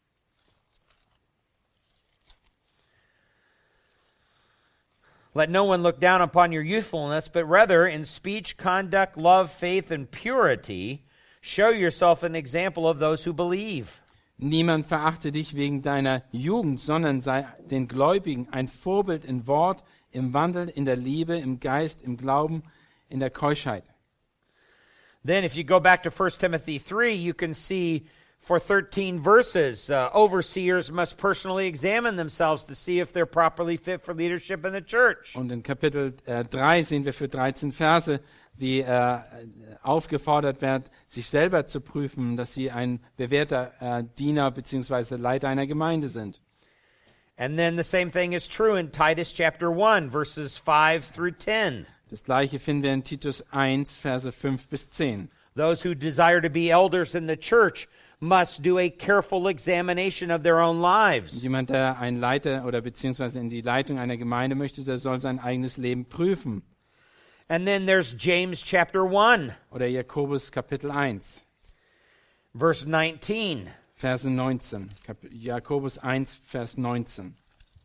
Let no one look down upon your youthfulness, but rather in speech, conduct, love, faith, and purity, show yourself an example of those who believe. Niemand verachte dich wegen deiner Jugend, sondern sei den Gläubigen ein Vorbild in Wort, im Wandel, in der Liebe, im Geist, im Glauben, in der Keuschheit. Then if you go back to 1 Timothy 3, you can see for 13 verses, overseers must personally examine themselves to see if they're properly fit for leadership in the church. Und in Kapitel 3 sehen wir für 13 Verse, wie aufgefordert wird, sich selber zu prüfen, dass sie ein bewährter Diener bzw. Leiter einer Gemeinde sind. And then the same thing is true in Titus chapter 1, verses 5 through 10. Das gleiche finden wir in Titus 1, Verse 5 bis 10. Those who desire to be elders in the church must do a careful examination of their own lives. Jemand, der ein Leiter oder beziehungsweise in die Leitung einer Gemeinde möchte, der soll sein eigenes Leben prüfen. And then there's James chapter 1, Oder Jakobus Kapitel 1, verse 19. Verse 19. Jakobus 1, Vers 19.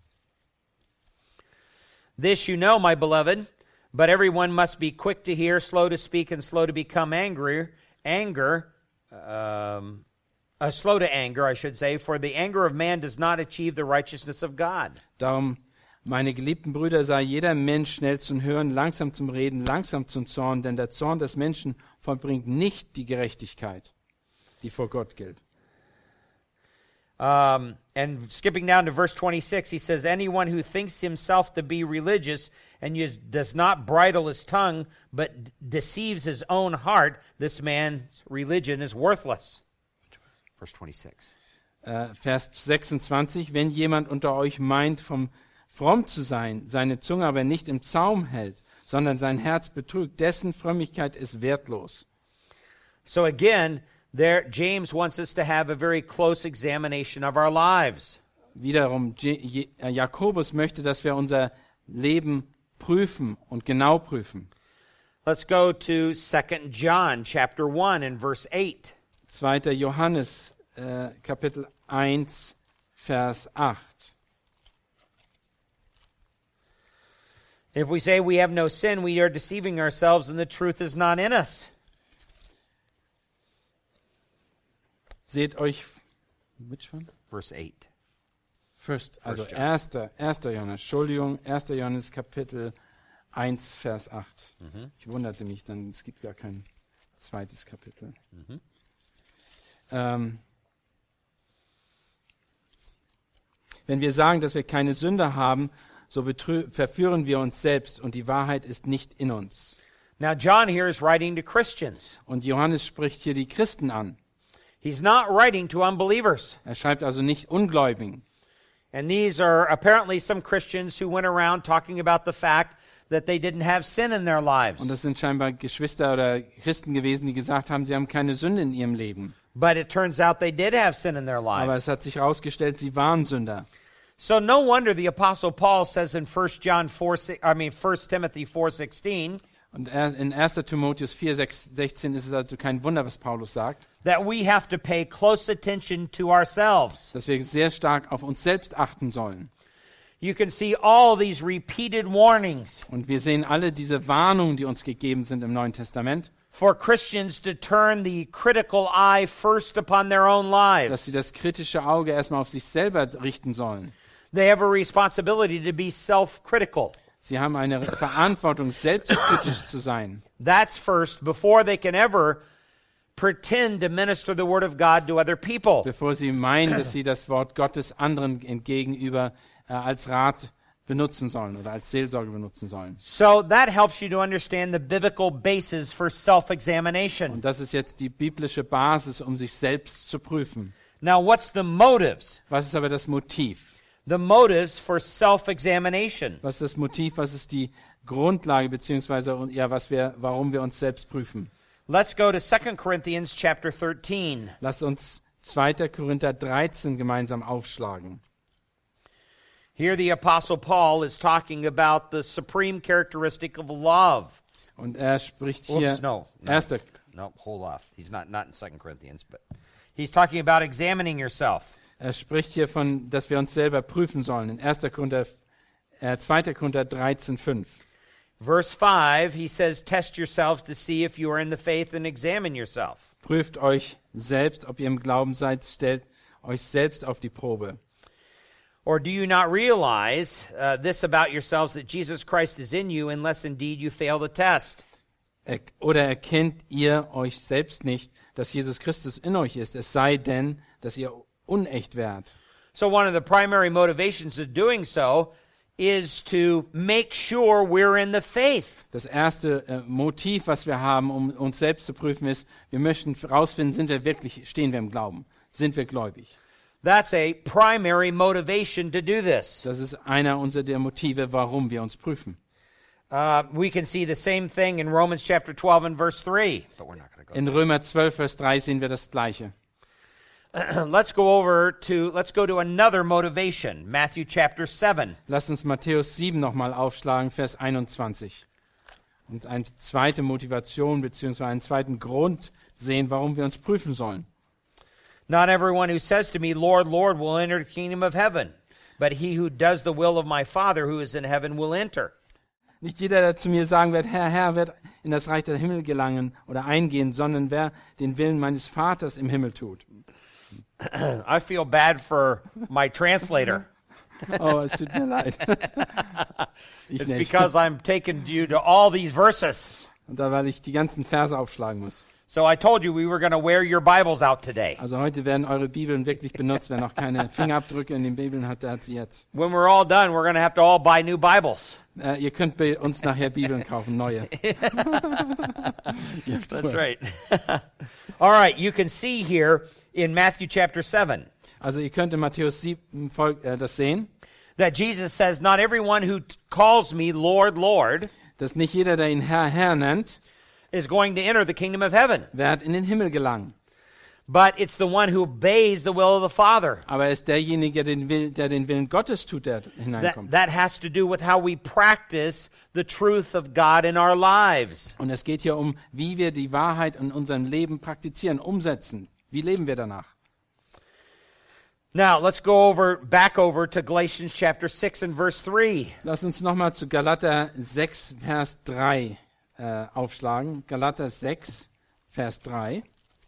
This you know, my beloved, but everyone must be quick to hear, slow to speak, and slow to become angry. Slow to anger, I should say, for the anger of man does not achieve the righteousness of God. Darum, meine geliebten Brüder, sei jeder Mensch schnell zum Hören, langsam zum Reden, langsam zum Zorn, denn der Zorn des Menschen vollbringt nicht die Gerechtigkeit, die vor Gott gilt. And skipping down to verse 26, he says, anyone who thinks himself to be religious and does not bridle his tongue, but deceives his own heart, this man's religion is worthless. Verse 26. Vers 26, wenn jemand unter euch meint, fromm zu sein, seine Zunge aber nicht im Zaum hält, sondern sein Herz betrügt, dessen Frömmigkeit ist wertlos. So again, there James wants us to have a very close examination of our lives. Wiederum, Jakobus möchte, dass wir unser Leben prüfen und genau prüfen. Let's go to 2 John chapter 1 and verse 8. 2. Johannes, Kapitel 1, Vers 8. If we say we have no sin, we are deceiving ourselves and the truth is not in us. Seht euch, which one? Verse 8. Also John. 1. Johannes, Entschuldigung, 1. Johannes Kapitel 1, Vers 8. Ich wunderte mich dann, es gibt gar kein zweites Kapitel. Wenn wir sagen, dass wir keine Sünde haben, so verführen wir uns selbst und die Wahrheit ist nicht in uns. Now John here is writing to Christians. Und Johannes spricht hier die Christen an. He's not writing to unbelievers. Er schreibt also nicht Ungläubigen. And these are apparently some Christians who went around talking about the fact that they didn't have sin in their lives. Und das sind scheinbar Geschwister oder Christen gewesen, die gesagt haben, sie haben keine Sünde in ihrem Leben. But it turns out they did have sin in their Aber lives. es hat sich herausgestellt, sie waren Sünder. So no wonder the Apostle Paul says in 1 Timothy 4:16 Und in 1. Timotheus 4,16 ist es also kein Wunder, was Paulus sagt, that we have to pay close attention to ourselves. dass wir sehr stark auf uns selbst achten sollen. You can see all these repeated warnings Und wir sehen alle diese Warnungen, die uns gegeben sind im Neuen Testament, for Christians to turn the critical eye first upon their own dass lives. sie das kritische Auge erstmal auf sich selber richten sollen. They have a responsibility to be self-critical. Sie haben eine Verantwortung, selbstkritisch zu sein. That's first before they can ever pretend to minister the word of God to other people. Bevor sie meinen, dass sie das Wort Gottes anderen gegenüber als Rat benutzen sollen oder als Seelsorge benutzen sollen. So that helps you to understand the biblical basis for self-examination. Und das ist jetzt die biblische Basis, um sich selbst zu prüfen. Now, what's the motives? Was ist aber das Motiv? The motives for self-examination. Was ist das Motiv? Was ist die Grundlage beziehungsweise warum wir uns selbst prüfen? Let's go to 2 Corinthians chapter 13. Lasst uns 2. Korinther 13 gemeinsam aufschlagen. Here the Apostle Paul is talking about the supreme characteristic of love. Und er spricht hier, Oops, no. 1. No, hold off. He's not in 2 Corinthians, but he's talking about examining yourself. Er spricht hier von, dass wir uns selber prüfen sollen. In 2. Korinther 13, 5. Verse 5, he says, test yourselves to see if you are in the faith and examine yourself. Prüft euch selbst, ob ihr im Glauben seid, stellt euch selbst auf die Probe. Or do you not realize this about yourselves, that Jesus Christ is in you, unless indeed you fail the test? Oder erkennt ihr euch selbst nicht, dass Jesus Christus in euch ist, es sei denn, dass ihr unecht wärt? So one of the primary motivations of doing so is to make sure we're in the faith. Das erste Motiv, was wir haben, um uns selbst zu prüfen, ist, wir möchten herausfinden, stehen wir im Glauben? Sind wir gläubig? That's a primary motivation to do this. Das ist einer der Motive, warum wir uns prüfen. We can see the same thing in Romans chapter 12 and verse 3. But we're not going to go. In Römer 12, Vers 3 sehen wir das Gleiche. Let's go to another motivation, Matthew chapter 7. Lass uns Matthäus 7 nochmal aufschlagen, Vers 21. Und eine zweite Motivation bzw. einen zweiten Grund sehen, warum wir uns prüfen sollen. Not everyone who says to me, Lord, Lord, will enter the kingdom of heaven, but he who does the will of my Father who is in heaven will enter. Nicht jeder, der zu mir sagen wird, Herr, Herr, wird in das Reich der Himmel gelangen oder eingehen, sondern wer den Willen meines Vaters im Himmel tut. I feel bad for my translator. Oh, es tut mir leid. Ich It's nicht. because I'm taking you to all these verses. Und da, weil ich die ganzen Verse aufschlagen muss. So I told you we were going to wear your Bibles out today. Also heute werden eure Bibeln wirklich benutzt. Wer noch keine Fingerabdrücke in den Bibeln hat, der hat sie jetzt. When we're all done, we're going to have to all buy new Bibles. Ihr könnt bei uns nachher Bibeln kaufen, neue. That's right. All right, you can see here in Matthew chapter 7 Also ihr könnt in Matthäus 7 das sehen, that Jesus says, not everyone who calls me Lord, Lord dass nicht jeder, der ihn Herr, Herr nennt, is going to enter the kingdom of heaven, wird in den Himmel gelangen. but it's the one who obeys the will of the Father. Aber er ist derjenige, der den Willen Gottes tut, der hineinkommt. That has to do with how we practice the truth of God in our lives. Und es geht hier um, wie wir die Wahrheit in unserem Leben praktizieren, umsetzen. Wie leben wir danach? Now, let's go back over to Galatians chapter 6 and verse 3. Lass uns nochmal zu Galater 6, Vers 3 aufschlagen. Galater 6, Vers 3.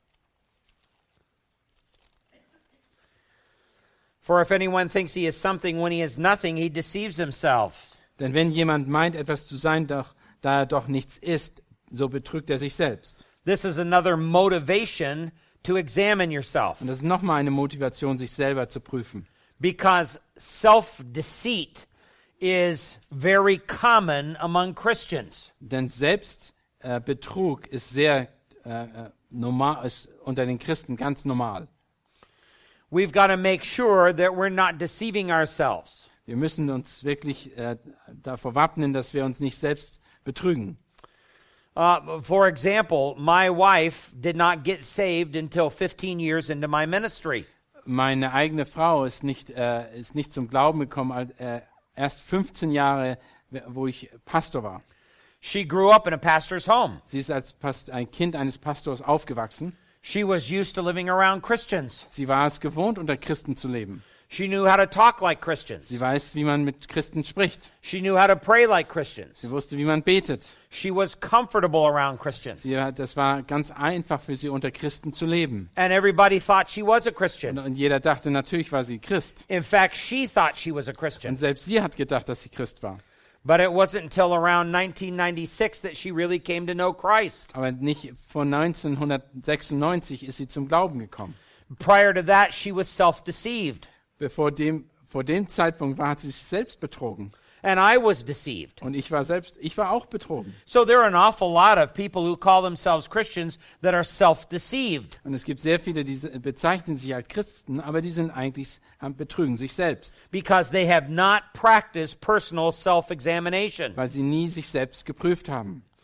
For if anyone thinks he is something when he is nothing, he deceives himself. Denn wenn jemand meint, etwas zu sein, da er doch nichts ist, so betrügt er sich selbst. This is another motivation to examine yourself. Und das ist nochmal eine Motivation, sich selber zu prüfen. Because self-deceit is very common among Christians. Denn Selbstbetrug ist sehr normal, ist unter den Christen ganz normal. We've got to make sure that we're not deceiving ourselves. Wir müssen uns wirklich davor wappnen, dass wir uns nicht selbst betrügen. For example, my wife did not get saved until 15 years into my ministry. Meine eigene Frau ist nicht zum Glauben gekommen, erst 15 Jahre, wo ich Pastor war. She grew up in a pastor's home. Sie ist als ein Kind eines Pastors aufgewachsen. She was used to living around Christians. Sie war es gewohnt, unter Christen zu leben. She knew how to talk like Christians. Sie weiß, wie man mit Christen spricht. She knew how to pray like Christians. Sie wusste, wie man betet. She was comfortable around Christians. Das war ganz einfach für sie, unter Christen zu leben. And everybody thought she was a Christian. Und jeder dachte, natürlich war sie Christ. In fact, she thought she was a Christian. Und selbst sie hat gedacht, dass sie Christ war. But it wasn't until around 1996 that she really came to know Christ. Aber nicht von 1996 ist sie zum Glauben gekommen. Prior to that, she was self-deceived. Vor dem Zeitpunkt hat sie sich selbst betrogen. And I was deceived. Und ich war auch betrogen. So there are an awful lot of people who call themselves Christians that are self-deceived. Und es gibt sehr viele, die bezeichnen sich als Christen, aber die sind betrügen sich selbst. Because they have not practiced personal self-examination. Weil sie nie sich selbst geprüft haben.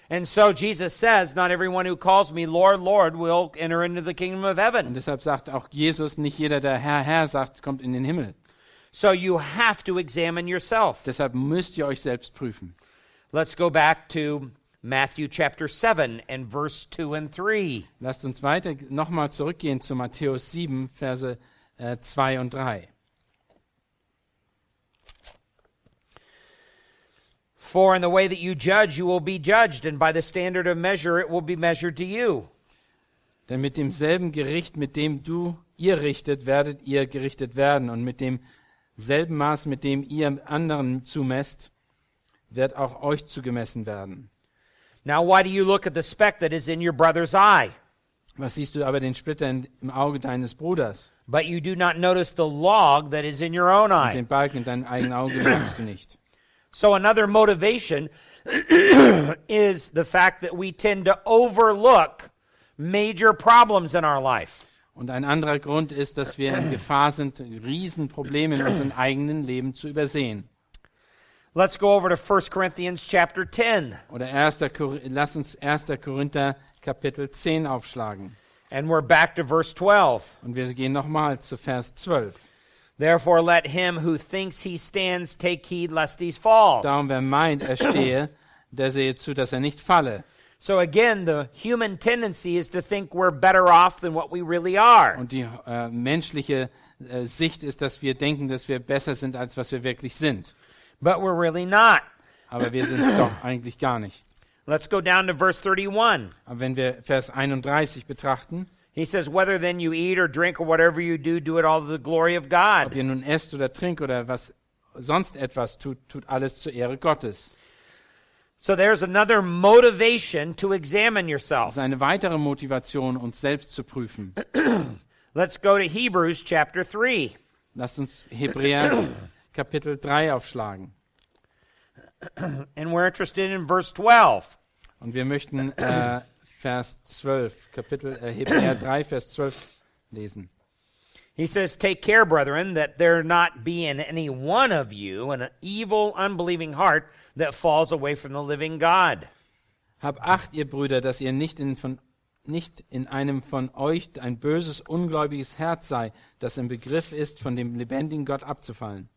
And so Jesus says, not everyone who calls me Lord, Lord will enter into the kingdom of Und heaven. deshalb sagt auch Jesus, nicht jeder, der Herr, Herr sagt, kommt in den Himmel. So you have to examine yourself. Deshalb müsst ihr euch selbst prüfen. Let's go back to Matthew chapter 7 and verse 2 and 3. Lasst uns weiter nochmal zurückgehen zu Matthäus 7, Verse 2 und 3. For in the way that you judge, you will be judged, and by the standard of measure, it will be measured to you. Denn mit demselben Gericht, mit dem ihr richtet, werdet ihr gerichtet werden. Und mit demselben Maß, mit dem ihr anderen zumesst, wird auch euch zugemessen werden. Now, why do you look at the speck that is in your brother's eye, Was siehst du aber den Splitter im Auge deines Bruders? but you do not notice the log that is in your own Und eye? den Balken in deinem eigenen Auge merkst du nicht. So another motivation is the fact that we tend to overlook major problems in our life. Und ein anderer Grund ist, dass wir in Gefahr sind, Riesenprobleme in unserem eigenen Leben zu übersehen. Let's go over to 1 Corinthians chapter 10. Oder lass uns 1. Korinther Kapitel 10 aufschlagen. And we're back to verse 12. Und wir gehen nochmal zu Vers 12. Therefore let him who thinks he stands take heed lest he fall. Darum, wer meint, er stehe, der sehe zu, dass er nicht falle. So again, the human tendency is to think we're better off than what we really are. Und die menschliche Sicht ist, dass wir denken, dass wir besser sind, als was wir wirklich sind. But we're really not. Aber wir sind es doch eigentlich gar nicht. Let's go down to verse 31. Aber wenn wir Vers 31 betrachten, He says, whether then you eat or drink or whatever you do, do it all to the glory of ob God. ihr nun esst oder trinkt oder was sonst etwas tut, tut alles zur Ehre Gottes. So there's another motivation to examine Das yourself. ist eine weitere Motivation, uns selbst zu prüfen. Let's go to Hebrews chapter 3. Lasst uns Hebräer Kapitel 3 aufschlagen. And we're interested in verse 12. Und wir möchten Vers 12, Hebräer 3, Vers 12 lesen. He says, take care, brethren, that there not be in any one of you an evil, unbelieving heart that falls away from the living God. Hab Acht, ihr Brüder, dass ihr nicht in einem von euch ein böses, ungläubiges Herz sei, das im Begriff ist, von dem lebendigen Gott abzufallen.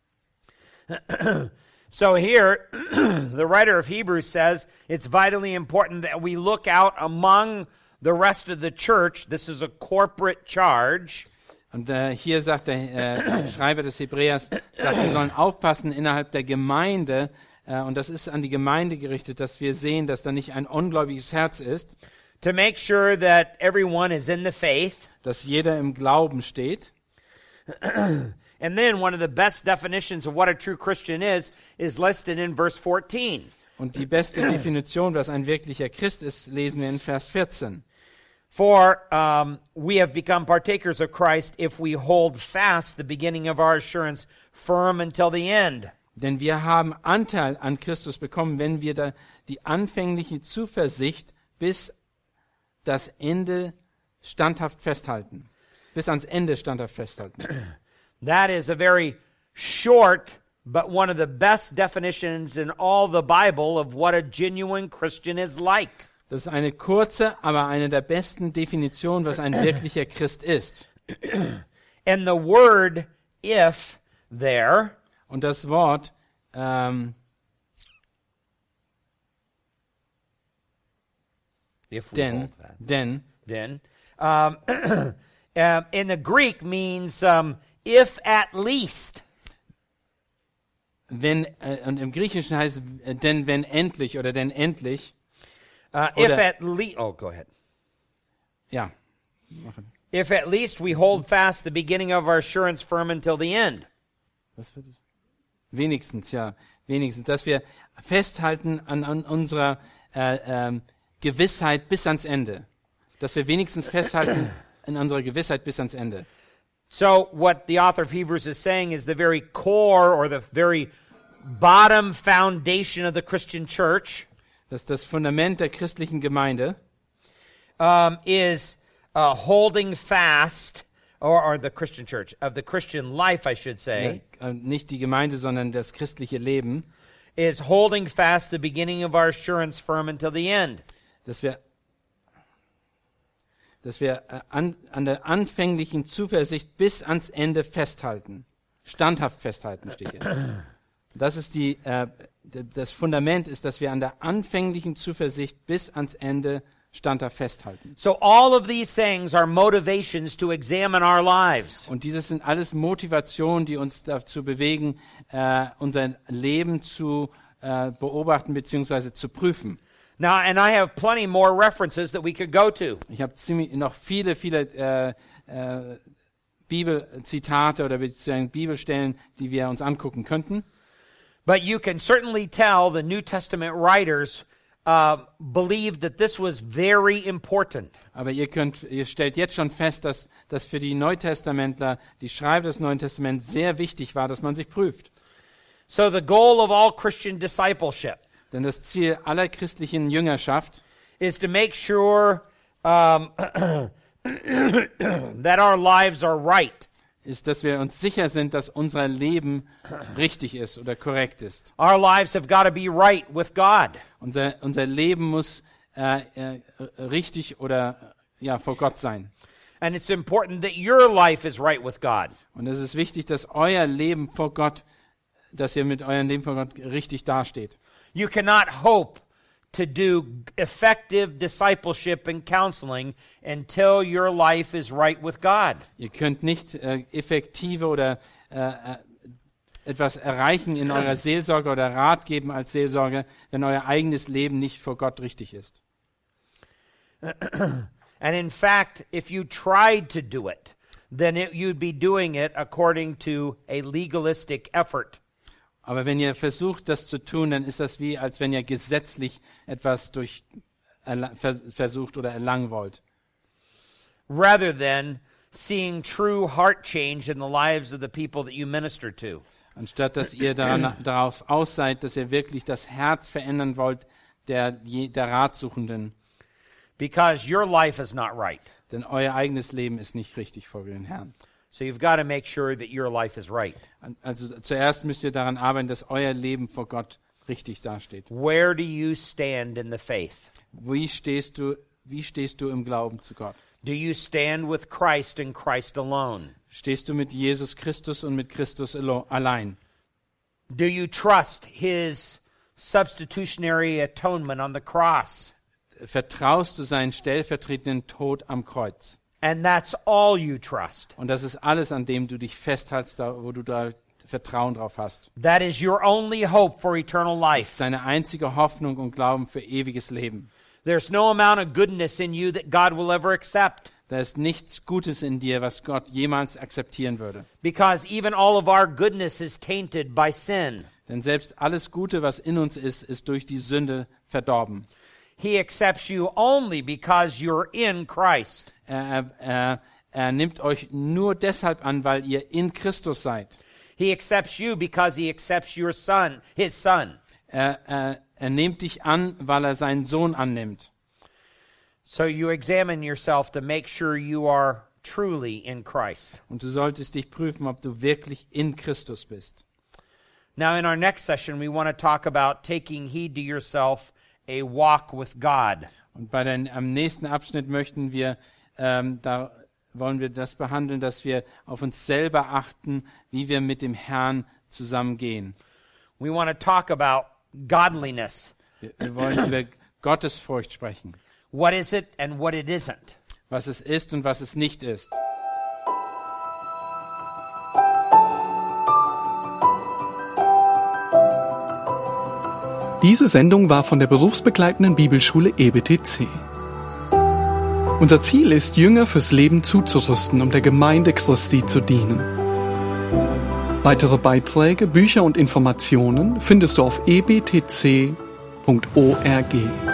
So here, the writer of Hebrews says it's vitally important that we look out among the rest of the church. This is a corporate charge. Und hier sagt der Schreiber des Hebräers, sagt, wir sollen aufpassen innerhalb der Gemeinde, und das ist an die Gemeinde gerichtet, dass wir sehen, dass da nicht ein ungläubiges Herz ist, To make sure that everyone is in the faith. dass jeder im Glauben steht. And then one of the best definitions of what a true Christian is listed in verse 14. Und die beste Definition, was ein wirklicher Christ ist, lesen wir in Vers 14. For we have become partakers of Christ if we hold fast the beginning of our assurance firm until the end. Denn wir haben Anteil an Christus bekommen, wenn wir da die anfängliche Zuversicht bis das Ende standhaft festhalten. Bis ans Ende standhaft festhalten. That is a very short but one of the best definitions in all the Bible of what a genuine Christian is like. Das ist eine kurze, aber eine der besten Definitionen, was ein wirklicher Christ ist. And the word if there Und das Wort if we denn, hold that. denn, Then in the Greek means if at least. wenn, und im Griechischen heißt es denn wenn endlich oder denn endlich. If Oder- at least, oh, go ahead. Ja. If at least we hold fast the beginning of our assurance firm until the end. Was wird es? Wenigstens, ja. Wenigstens, dass wir festhalten an unserer Gewissheit bis ans Ende. Dass wir wenigstens festhalten an unserer Gewissheit bis ans Ende. So what the author of Hebrews is saying is the very core or the very bottom foundation of the Christian church Dass das Fundament der christlichen Gemeinde is holding fast, or the Christian church, of the Christian life, I should say, nicht die Gemeinde, sondern das christliche Leben, is holding fast the beginning of our assurance firm until the end. Dass wir an der anfänglichen Zuversicht bis ans Ende festhalten. Standhaft festhalten, steht hier. Das ist das Fundament ist, dass wir an der anfänglichen Zuversicht bis ans Ende standhaft festhalten. So all of these things are motivations to examine our lives. Und dieses sind alles Motivationen, die uns dazu bewegen, unser Leben zu beobachten bzw. zu prüfen. Now, and I have plenty more references that we could go to. Ich habe noch viele Bibelzitate oder beziehungsweise Bibelstellen, die wir uns angucken könnten. But you can certainly tell the New Testament writers believed that this was very important. Aber ihr stellt jetzt schon fest, dass das für die Neutestamentler, die Schreiber des Neuen Testaments, sehr wichtig war, dass man sich prüft. So the goal of all Christian discipleship Denn das Ziel aller christlichen Jüngerschaft is to make sure that our lives are right. ist, dass wir uns sicher sind, dass unser Leben richtig ist oder korrekt ist. Our lives have got to be right with God. Unser Leben muss richtig oder vor Gott sein. And it's important that your life is right with God. Und es ist wichtig, dass euer Leben vor Gott, dass ihr mit eurem Leben vor Gott richtig dasteht. You cannot hope to do effective discipleship and counseling until your life is right with God. Ihr könnt nicht effektive oder etwas erreichen in eurer Seelsorge oder Rat geben als Seelsorger, wenn euer eigenes Leben nicht vor Gott richtig ist. And in fact, if you tried to do it, then you'd be doing it according to a legalistic effort. Aber wenn ihr versucht, das zu tun, dann ist das wie, als wenn ihr gesetzlich etwas versucht oder erlangen wollt. Rather than seeing true heart change in the lives of the people that you minister to. Anstatt dass ihr darauf aus seid, dass ihr wirklich das Herz verändern wollt der Ratsuchenden. Because your life is not right. Denn euer eigenes Leben ist nicht richtig vor den Herrn. So you've got to make sure that your life is right. Also zuerst müsst ihr daran arbeiten, dass euer Leben vor Gott richtig dasteht. Where do you stand in the faith? Wie stehst du im Glauben zu Gott? Do you stand with Christ and Christ alone? Stehst du mit Jesus Christus und mit Christus allein? Do you trust his substitutionary atonement on the cross? Vertraust du seinen stellvertretenden Tod am Kreuz? And that's all you trust. Und das ist alles, an dem du dich festhältst, wo du da Vertrauen drauf hast. That is your only hope for eternal Das life. ist deine einzige Hoffnung und Glauben für ewiges Leben. There's no amount of goodness in you that God will ever accept. Da ist nichts Gutes in dir, was Gott jemals akzeptieren würde. Because even all of our goodness is tainted by sin. Denn selbst alles Gute, was in uns ist durch die Sünde verdorben. He accepts you only because you're in Christ. Er nimmt euch nur deshalb an, weil ihr in Christus seid. He accepts you because he accepts your son, his son. Er nimmt dich an, weil er seinen Sohn annimmt. So you examine yourself to make sure you are truly in Christ. Und du solltest dich prüfen, ob du wirklich in Christus bist. Now in our next session we want to talk about taking heed to yourself, a walk with God. Und am nächsten Abschnitt wollen wir das behandeln, dass wir auf uns selber achten, wie wir mit dem Herrn zusammengehen. We want to talk about godliness. Wir wollen über Gottesfurcht sprechen. What is it and what it isn't? Was es ist und was es nicht ist. Diese Sendung war von der berufsbegleitenden Bibelschule EBTC. Unser Ziel ist, Jünger fürs Leben zuzurüsten, um der Gemeinde Christi zu dienen. Weitere Beiträge, Bücher und Informationen findest du auf ebtc.org.